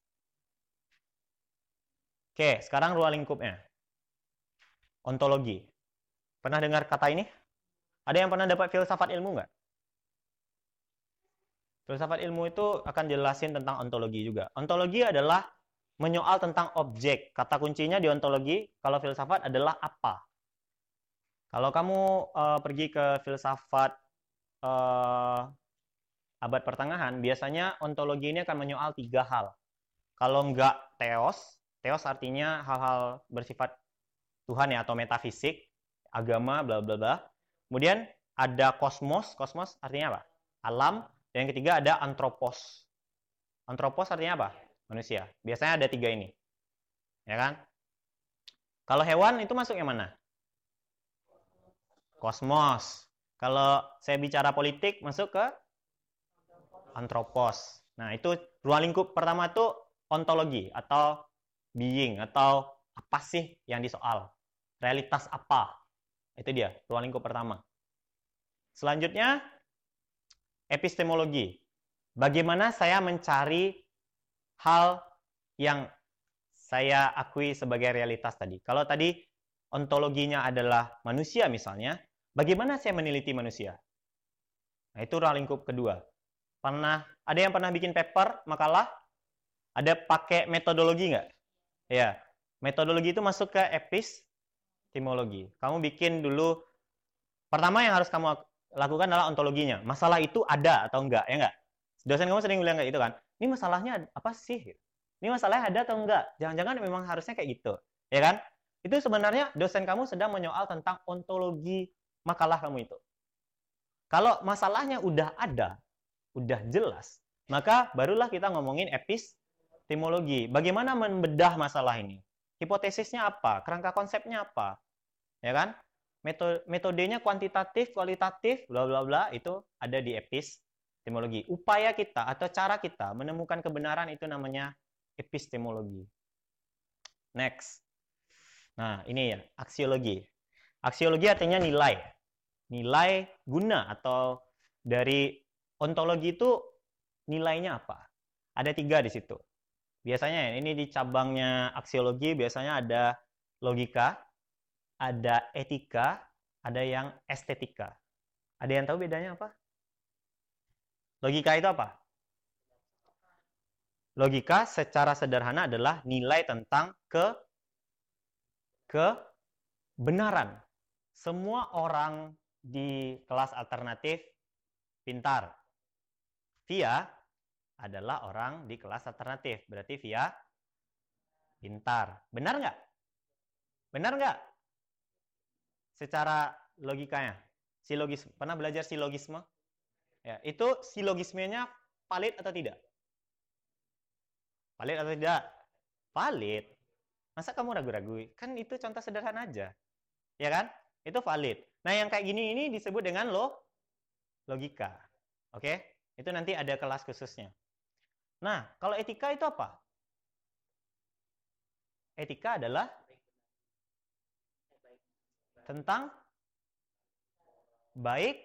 Oke, sekarang ruang lingkupnya. Ontologi. Pernah dengar kata ini? Ada yang pernah dapat filsafat ilmu nggak? Filsafat ilmu itu akan jelasin tentang ontologi juga. Ontologi adalah menyoal tentang objek. Kata kuncinya di ontologi, kalau filsafat adalah apa. Kalau kamu pergi ke filsafat abad pertengahan, biasanya ontologi ini akan menyoal 3 hal. Kalau nggak teos artinya hal-hal bersifat Tuhan ya, atau metafisik, agama, bla bla bla. Kemudian ada kosmos artinya apa? Alam. Dan yang ketiga ada antropos. Antropos artinya apa? Manusia. Biasanya ada 3 ini. ya kan? Kalau hewan itu masuk yang mana? Kosmos. Kalau saya bicara politik masuk ke antropos. Nah, itu ruang lingkup pertama itu ontologi atau being atau apa sih yang disoal? Realitas apa? Itu dia, ruang lingkup pertama. Selanjutnya epistemologi. Bagaimana saya mencari hal yang saya akui sebagai realitas tadi. Kalau tadi ontologinya adalah manusia misalnya, bagaimana saya meneliti manusia? Nah, itu ruang lingkup kedua. Ada yang pernah bikin paper, makalah? Ada pakai metodologi nggak? Ya, metodologi itu masuk ke epistemologi. Kamu bikin dulu, pertama yang harus kamu lakukan adalah ontologinya. Masalah itu ada atau enggak, ya enggak? Dosen kamu sering bilang kayak gitu kan, ini masalahnya apa sih? Ini masalahnya ada atau enggak? Jangan-jangan memang harusnya kayak gitu, ya kan? Itu sebenarnya dosen kamu sedang menyoal tentang ontologi makalah kamu itu. Kalau masalahnya udah ada, udah jelas, maka barulah kita ngomongin epistemologi. Bagaimana membedah masalah ini? Hipotesisnya apa? Kerangka konsepnya apa? Ya kan? Metodenya kuantitatif, kualitatif, bla bla bla, itu ada di epistemologi. Upaya kita atau cara kita menemukan kebenaran itu namanya epistemologi. Next. Nah, ini ya, aksiologi. Aksiologi artinya nilai. Nilai guna atau dari ontologi itu nilainya apa? Ada 3 di situ. Biasanya ini di cabangnya aksiologi biasanya ada logika, ada etika, ada yang estetika. Ada yang tahu bedanya apa? Logika itu apa? Logika secara sederhana adalah nilai tentang kebenaran. Semua orang di kelas alternatif pintar. Via adalah orang di kelas alternatif. Berarti Via pintar. Benar nggak? Benar nggak? Secara logikanya. Silogisme. Pernah belajar silogisme? Ya, itu silogismenya valid atau tidak? Valid atau tidak? Valid. Masa kamu ragu-ragu? Kan itu contoh sederhana aja. Ya kan? Itu valid. Nah, yang kayak gini ini disebut dengan logika. Oke? Itu nanti ada kelas khususnya. Nah, kalau etika itu apa? Etika adalah tentang baik,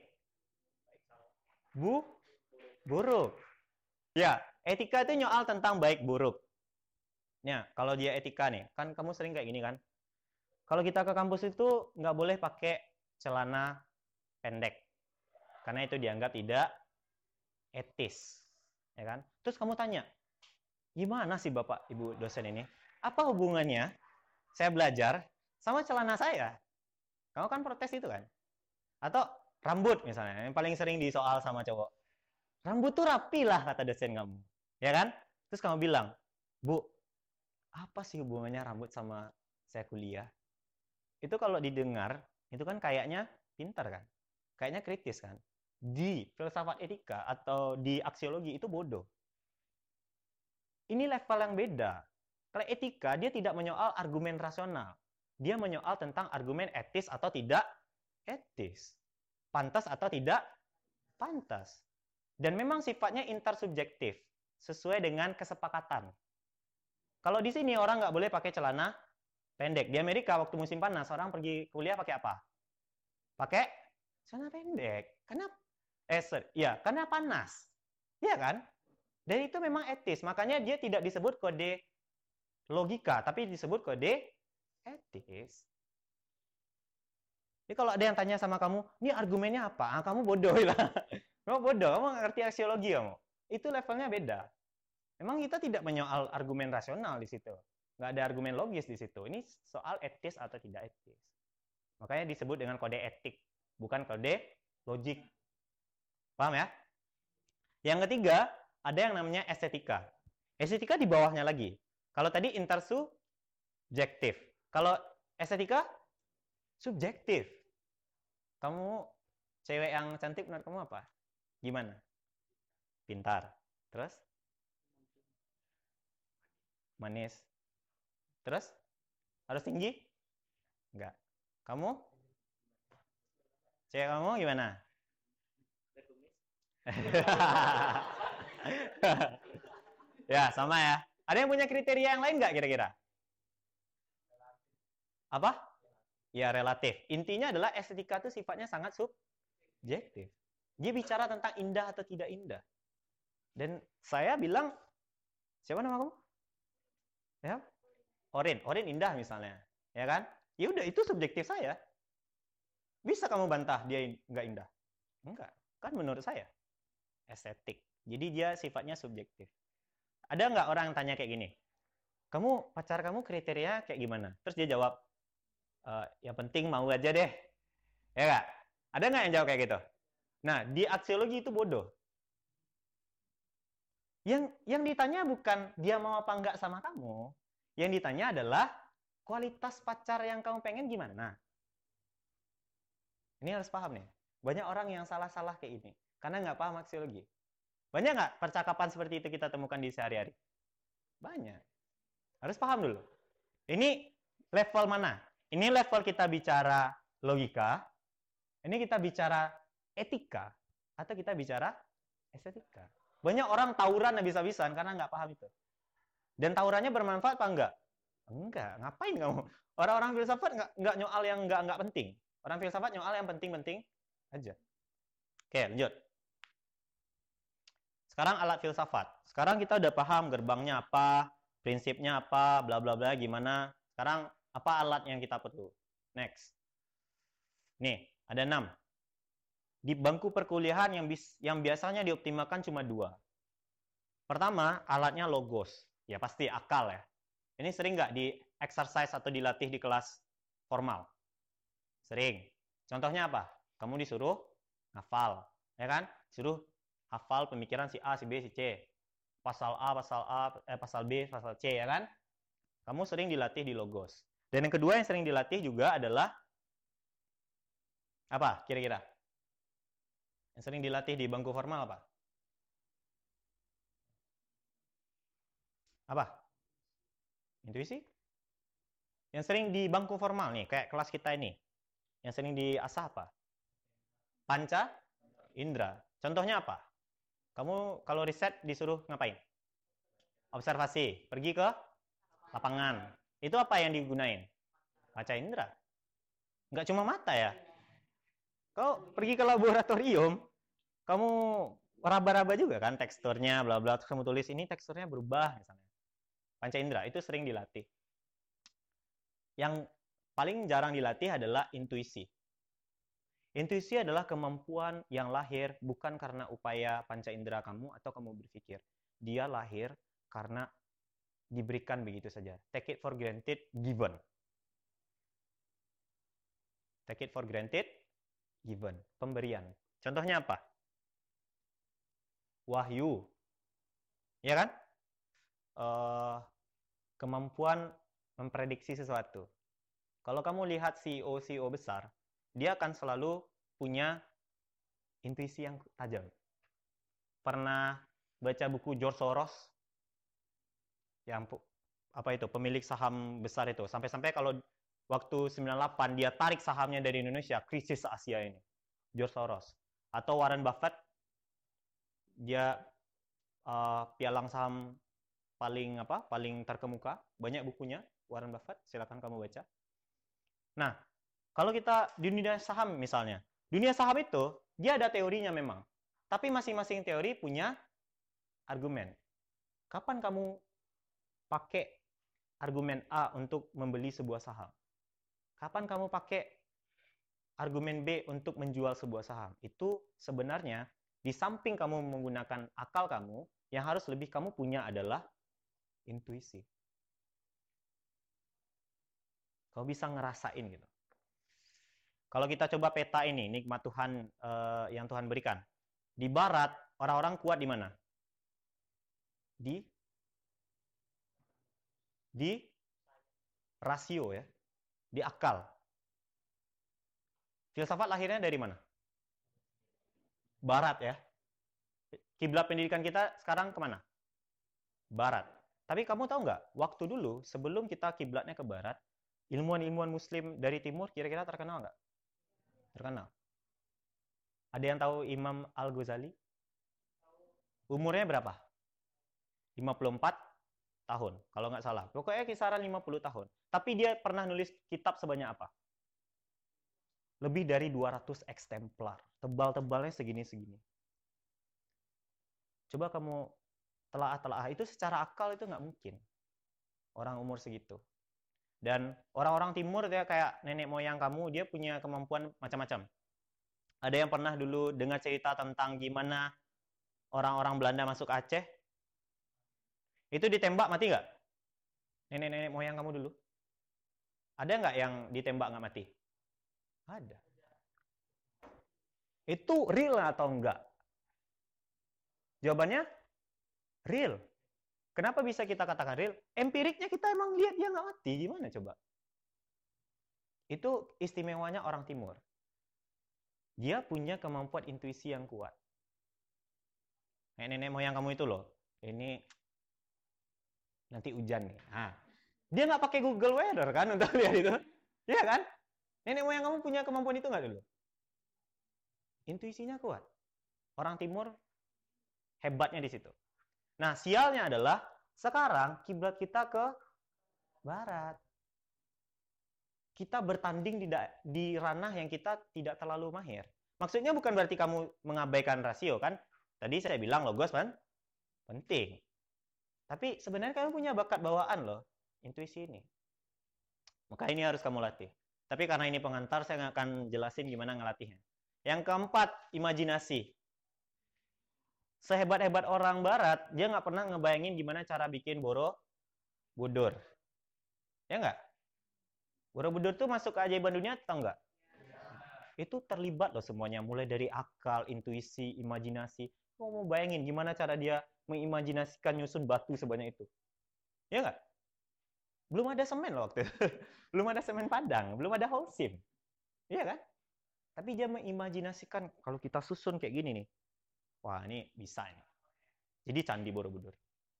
buruk. Ya, etika itu nyoal tentang baik buruk. Ya, kalau dia etika nih, kan kamu sering kayak gini kan? Kalau kita ke kampus itu nggak boleh pakai celana pendek, karena itu dianggap tidak etis, ya kan? Terus kamu tanya, gimana sih Bapak Ibu dosen ini? Apa hubungannya saya belajar sama celana saya? Kamu kan protes itu kan? Atau rambut misalnya, yang paling sering disoal sama cowok. Rambut tuh rapi lah kata dosen kamu, ya kan? Terus kamu bilang, Bu, apa sih hubungannya rambut sama saya kuliah? Itu kalau didengar, itu kan kayaknya pintar kan? Kayaknya kritis kan? Di filsafat etika atau di aksiologi itu bodoh. Ini level yang beda. Kalau etika, dia tidak menyoal argumen rasional. Dia menyoal tentang argumen etis atau tidak etis. Pantas atau tidak pantas. Dan memang sifatnya intersubjektif, sesuai dengan kesepakatan. Kalau di sini orang nggak boleh pakai celana pendek. Di Amerika waktu musim panas, orang pergi kuliah pakai apa? Pakai celana pendek. Karena panas. Iya kan? Dan itu memang etis. Makanya dia tidak disebut kode logika, tapi disebut kode etis. Jadi kalau ada yang tanya sama kamu, ini argumennya apa? Kamu bodoh lah. Kamu bodoh, kamu ngerti aksiologi kamu. Itu levelnya beda. Memang kita tidak menyoal argumen rasional di situ. Nggak ada argumen logis di situ. Ini soal etis atau tidak etis. Makanya disebut dengan kode etik, bukan kode logik. Paham ya? Yang ketiga, ada yang namanya estetika. Estetika di bawahnya lagi. Kalau tadi intersubjektif. Kalau estetika, subjektif. Kamu cewek yang cantik menurut kamu apa? Gimana? Pintar. Terus? Manis. Terus? Harus tinggi? Enggak. Kamu? Cewek kamu gimana? Ya, sama ya. Ada yang punya kriteria yang lain nggak kira-kira? Apa? Ya, relatif. Intinya adalah estetika itu sifatnya sangat subjektif. Dia bicara tentang indah atau tidak indah. Dan saya bilang, siapa nama kamu? Ya, Orin indah misalnya. Ya kan? Ya udah, itu subjektif saya. Bisa kamu bantah dia nggak indah? Enggak. Kan menurut saya. Estetik. Jadi dia sifatnya subjektif. Ada nggak orang yang tanya kayak gini? Pacar kamu kriteria kayak gimana? Terus dia jawab, yang penting mau aja deh. Ya nggak? Ada nggak yang jawab kayak gitu? Nah, di aksiologi itu bodoh. Yang ditanya bukan dia mau apa enggak sama kamu. Yang ditanya adalah kualitas pacar yang kamu pengen gimana. Ini harus paham nih. Banyak orang yang salah-salah kayak ini. Karena nggak paham aksiologi. Banyak nggak percakapan seperti itu kita temukan di sehari-hari? Banyak. Harus paham dulu. Ini level mana? Ini level kita bicara logika. Ini kita bicara etika. Atau kita bicara estetika. Banyak orang tawuran habis-habisan karena nggak paham itu. Dan tawurannya bermanfaat apa enggak? Enggak. Ngapain kamu? Orang-orang filsafat nggak nyoal yang nggak penting. Orang filsafat nyoal yang penting-penting aja. Oke, lanjut. Sekarang alat filsafat. Sekarang kita udah paham gerbangnya apa, prinsipnya apa, bla bla bla gimana. Sekarang apa alat yang kita perlu? Next. Nih, ada 6. Di bangku perkuliahan yang biasanya dioptimalkan cuma 2. Pertama, alatnya logos. Ya pasti akal ya. Ini sering nggak di exercise atau dilatih di kelas formal? Sering. Contohnya apa? Kamu disuruh hafal, ya kan? Disuruh hafal pemikiran si A, si B, si C. Pasal A, pasal B, pasal C, ya kan? Kamu sering dilatih di logos. Dan yang kedua yang sering dilatih juga adalah apa kira-kira? Yang sering dilatih di bangku formal apa? Apa? Intuisi? Yang sering di bangku formal nih, kayak kelas kita ini. Yang sering diasah apa? Panca indera. Contohnya apa? Kamu kalau riset disuruh ngapain? Observasi. Pergi ke lapangan. Itu apa yang digunain? Panca indera. Nggak cuma mata ya. Kau pergi ke laboratorium, kamu raba-raba juga kan teksturnya, bla bla. Terus kamu tulis ini teksturnya berubah misalnya. Panca indera itu sering dilatih. Yang paling jarang dilatih adalah intuisi. Intuisi adalah kemampuan yang lahir bukan karena upaya panca indera kamu atau kamu berpikir. Dia lahir karena diberikan begitu saja. Take it for granted, given. Take it for granted, given. Pemberian. Contohnya apa? Wahyu. Ya kan? Kemampuan memprediksi sesuatu. Kalau kamu lihat CEO besar, dia akan selalu punya intuisi yang tajam. Pernah baca buku George Soros? Yang apa itu? Pemilik saham besar itu. Sampai-sampai kalau waktu 98 dia tarik sahamnya dari Indonesia, krisis Asia ini. George Soros. Atau Warren Buffett, dia pialang saham paling terkemuka, banyak bukunya Warren Buffett, silakan kamu baca. Nah, kalau kita di dunia saham misalnya, dunia saham itu dia ada teorinya memang, tapi masing-masing teori punya argumen. Kapan kamu pakai argumen A untuk membeli sebuah saham? Kapan kamu pakai argumen B untuk menjual sebuah saham? Itu sebenarnya di samping kamu menggunakan akal kamu, yang harus lebih kamu punya adalah intuisi. Kau bisa ngerasain gitu. Kalau kita coba peta ini, nikmat Tuhan yang Tuhan berikan. Di barat, orang-orang kuat di mana? Di rasio ya, di akal. Filsafat lahirnya dari mana? Barat ya. Kiblat pendidikan kita sekarang kemana? Barat. Tapi kamu tahu nggak, waktu dulu sebelum kita kiblatnya ke barat, ilmuwan-ilmuwan muslim dari timur kira-kira terkenal nggak? Terkenal. Ada yang tahu Imam Al-Ghazali? Umurnya berapa? 54 tahun, kalau nggak salah. Pokoknya kisaran 50 tahun. Tapi dia pernah nulis kitab sebanyak apa? Lebih dari 200 eksemplar. Tebal-tebalnya segini-segini. Coba kamu telaah-telaah. Itu secara akal itu nggak mungkin. Orang umur segitu. Dan orang-orang timur dia kayak nenek moyang kamu, dia punya kemampuan macam-macam. Ada yang pernah dulu dengar cerita tentang gimana orang-orang Belanda masuk Aceh? Itu ditembak mati nggak? Nenek-nenek moyang kamu dulu? Ada nggak yang ditembak nggak mati? Ada. Itu real atau enggak? Jawabannya real. Kenapa bisa kita katakan real? Empiriknya kita emang lihat dia nggak mati. Gimana coba? Itu istimewanya orang timur. Dia punya kemampuan intuisi yang kuat. Nenek moyang kamu itu loh. Ini nanti hujan nih. Nah, dia nggak pakai Google Weather kan untuk lihat itu. Iya kan? Nenek moyang kamu punya kemampuan itu nggak dulu? Intuisinya kuat. Orang timur hebatnya di situ. Nah, sialnya adalah sekarang kiblat kita ke barat. Kita bertanding di ranah yang kita tidak terlalu mahir. Maksudnya bukan berarti kamu mengabaikan rasio kan? Tadi saya bilang logos kan penting. Tapi sebenarnya kamu punya bakat bawaan loh, intuisi ini. Maka ini harus kamu latih. Tapi karena ini pengantar, saya nggak akan jelasin gimana ngelatihnya. Yang keempat, imajinasi. Sehebat-hebat orang barat, dia nggak pernah ngebayangin gimana cara bikin Borobudur. Ya nggak? Borobudur tuh masuk ke ajaiban dunia atau nggak? Itu terlibat loh semuanya, mulai dari akal, intuisi, imajinasi. Kamu mau bayangin gimana cara dia mengimajinasikan nyusun batu sebanyak itu? Ya nggak? Belum ada semen loh waktu itu. Belum ada semen Padang, belum ada Holcim. Iya kan? Tapi dia mengimajinasikan kalau kita susun kayak gini nih. Wah, ini bisa ini. Jadi Candi Borobudur.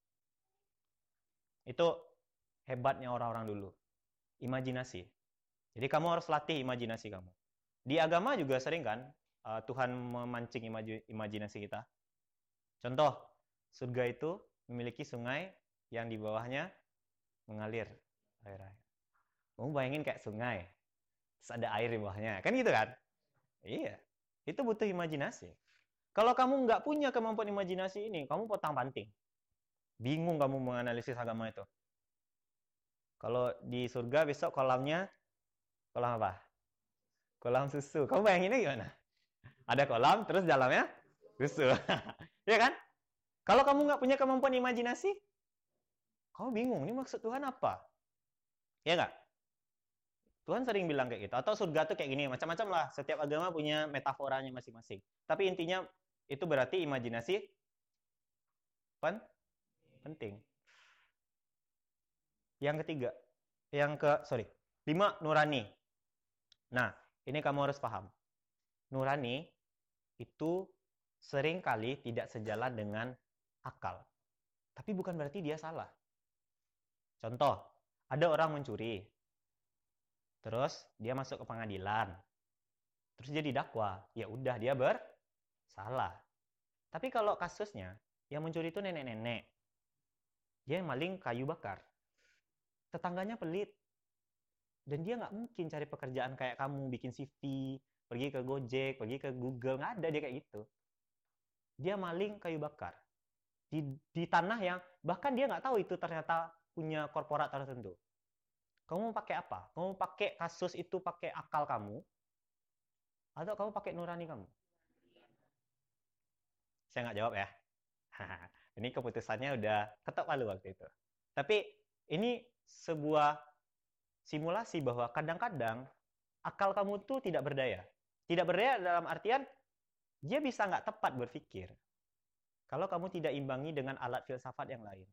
Itu hebatnya orang-orang dulu. Imajinasi. Jadi kamu harus latih imajinasi kamu. Di agama juga sering kan Tuhan memancing imajinasi kita. Contoh, surga itu memiliki sungai yang di bawahnya mengalir air-air. Kamu bayangin kayak sungai, terus ada air di bawahnya, kan gitu kan? Iya, itu butuh imajinasi. Kalau kamu nggak punya kemampuan imajinasi ini, kamu potang-panting. Bingung kamu menganalisis agama itu. Kalau di surga besok kolamnya, kolam apa? Kolam susu. Kamu bayanginnya gimana? Ada kolam, terus dalamnya susu. Ya kan? Kalau kamu nggak punya kemampuan imajinasi, kamu bingung, ini maksud Tuhan apa? Ya nggak? Tuhan sering bilang kayak gitu. Atau surga tuh kayak gini, macam-macam lah. Setiap agama punya metaforanya masing-masing. Tapi intinya itu berarti imajinasi penting. Yang ketiga, 5, nurani. Nah, ini kamu harus paham. Nurani itu sering kali tidak sejalan dengan akal. Tapi bukan berarti dia salah. Contoh, ada orang mencuri. Terus dia masuk ke pengadilan. Terus dia didakwa. Ya udah dia bersalah. Tapi kalau kasusnya yang mencuri itu nenek-nenek. Dia yang maling kayu bakar. Tetangganya pelit. Dan dia nggak mungkin cari pekerjaan kayak kamu, bikin CV, pergi ke Gojek, pergi ke Google. Nggak ada dia kayak gitu. Dia maling kayu bakar. Di tanah yang bahkan dia nggak tahu itu ternyata punya korporat tertentu. Kamu mau pakai apa? Kamu pakai kasus itu pakai akal kamu? Atau kamu pakai nurani kamu? Saya nggak jawab ya. Ini keputusannya udah ketok palu waktu itu. Tapi ini sebuah simulasi bahwa kadang-kadang akal kamu tuh tidak berdaya. Tidak berdaya dalam artian dia bisa nggak tepat berpikir. Kalau kamu tidak imbangi dengan alat filsafat yang lain.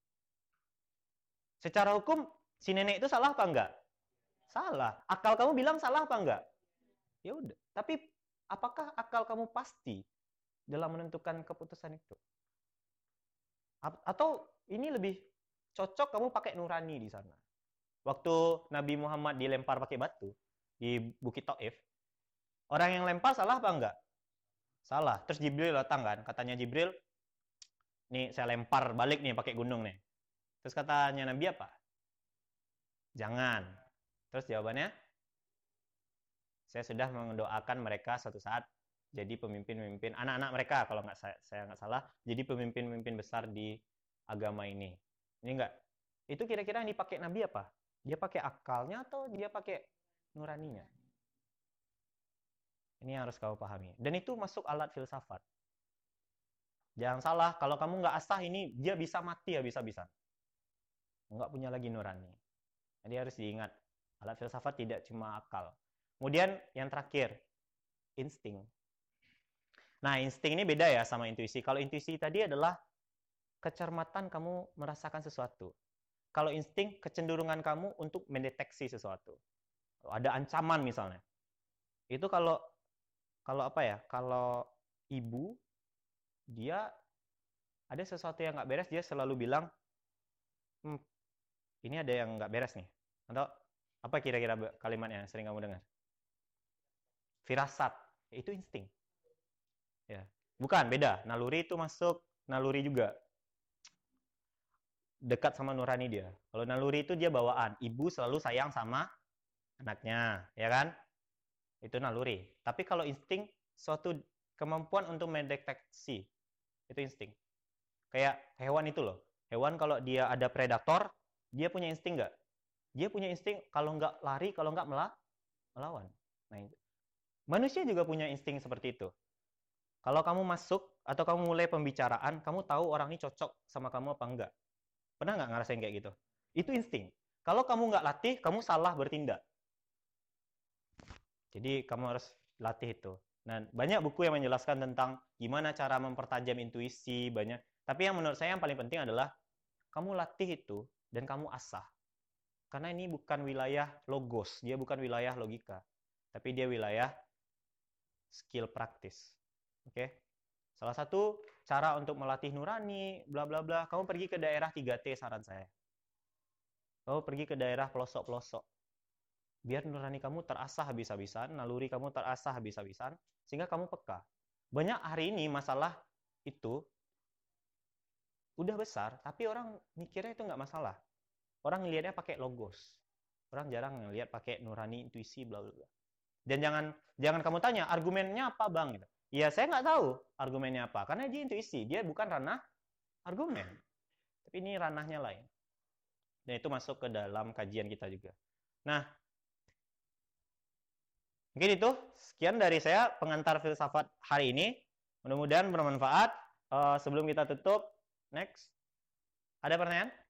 Secara hukum, si nenek itu salah apa enggak? Salah. Akal kamu bilang salah apa enggak? Ya udah. Tapi apakah akal kamu pasti dalam menentukan keputusan itu? Atau ini lebih cocok kamu pakai nurani di sana. Waktu Nabi Muhammad dilempar pakai batu di Bukit Taif, orang yang lempar salah apa enggak? Salah. Terus Jibril datang kan, katanya Jibril, nih saya lempar balik nih pakai gunung nih. Terus katanya Nabi apa? Jangan. Terus jawabannya, saya sudah mendoakan mereka suatu saat jadi pemimpin-pemimpin, anak-anak mereka kalau nggak saya nggak salah, jadi pemimpin-pemimpin besar di agama ini. Ini enggak. Itu kira-kira yang dipakai Nabi apa? Dia pakai akalnya atau dia pakai nuraninya? Ini yang harus kamu pahami. Dan itu masuk alat filsafat. Jangan salah, kalau kamu nggak asah ini, dia bisa mati habis-habisan. Nggak punya lagi nurani. Jadi harus diingat, alat filsafat tidak cuma akal. Kemudian yang terakhir, insting. Nah, insting ini beda ya sama intuisi. Kalau intuisi tadi adalah kecermatan kamu merasakan sesuatu. Kalau insting, kecenderungan kamu untuk mendeteksi sesuatu. Ada ancaman misalnya. Itu kalau apa ya? Kalau ibu, dia ada sesuatu yang nggak beres, dia selalu bilang, ini ada yang nggak beres nih. Atau apa kira-kira kalimat yang sering kamu dengar? Firasat. Itu insting. Ya. Bukan, beda. Naluri itu masuk, naluri juga. Dekat sama nurani dia. Kalau naluri itu dia bawaan. Ibu selalu sayang sama anaknya, ya kan? Itu naluri. Tapi kalau insting, suatu kemampuan untuk mendeteksi. Itu insting. Kayak hewan itu loh. Hewan kalau dia ada predator, dia punya insting nggak? Dia punya insting kalau nggak lari, kalau nggak melawan. Nah, itu. Manusia juga punya insting seperti itu. Kalau kamu masuk atau kamu mulai pembicaraan, kamu tahu orang ini cocok sama kamu apa enggak. Pernah nggak ngerasain kayak gitu? Itu insting. Kalau kamu nggak latih, kamu salah bertindak. Jadi kamu harus latih itu. Nah, banyak buku yang menjelaskan tentang gimana cara mempertajam intuisi, banyak. Tapi yang menurut saya yang paling penting adalah kamu latih itu dan kamu asah. Karena ini bukan wilayah logos, dia bukan wilayah logika. Tapi dia wilayah skill praktis. Oke? Salah satu cara untuk melatih nurani, bla bla bla, kamu pergi ke daerah 3T saran saya. Kamu pergi ke daerah pelosok-pelosok. Biar nurani kamu terasah habis-habisan, naluri kamu terasah habis-habisan, sehingga kamu peka. Banyak hari ini masalah itu udah besar, tapi orang mikirnya itu nggak masalah. Orang ngelihatnya pakai logos. Orang jarang ngelihat pakai nurani, intuisi, bla bla bla. Dan jangan kamu tanya, argumennya apa bang? Ya saya nggak tahu argumennya apa, karena dia intuisi, dia bukan ranah argumen. Tapi ini ranahnya lain. Dan itu masuk ke dalam kajian kita juga. Nah, mungkin itu sekian dari saya pengantar filsafat hari ini. Mudah-mudahan bermanfaat. Sebelum kita tutup, next. Ada pertanyaan?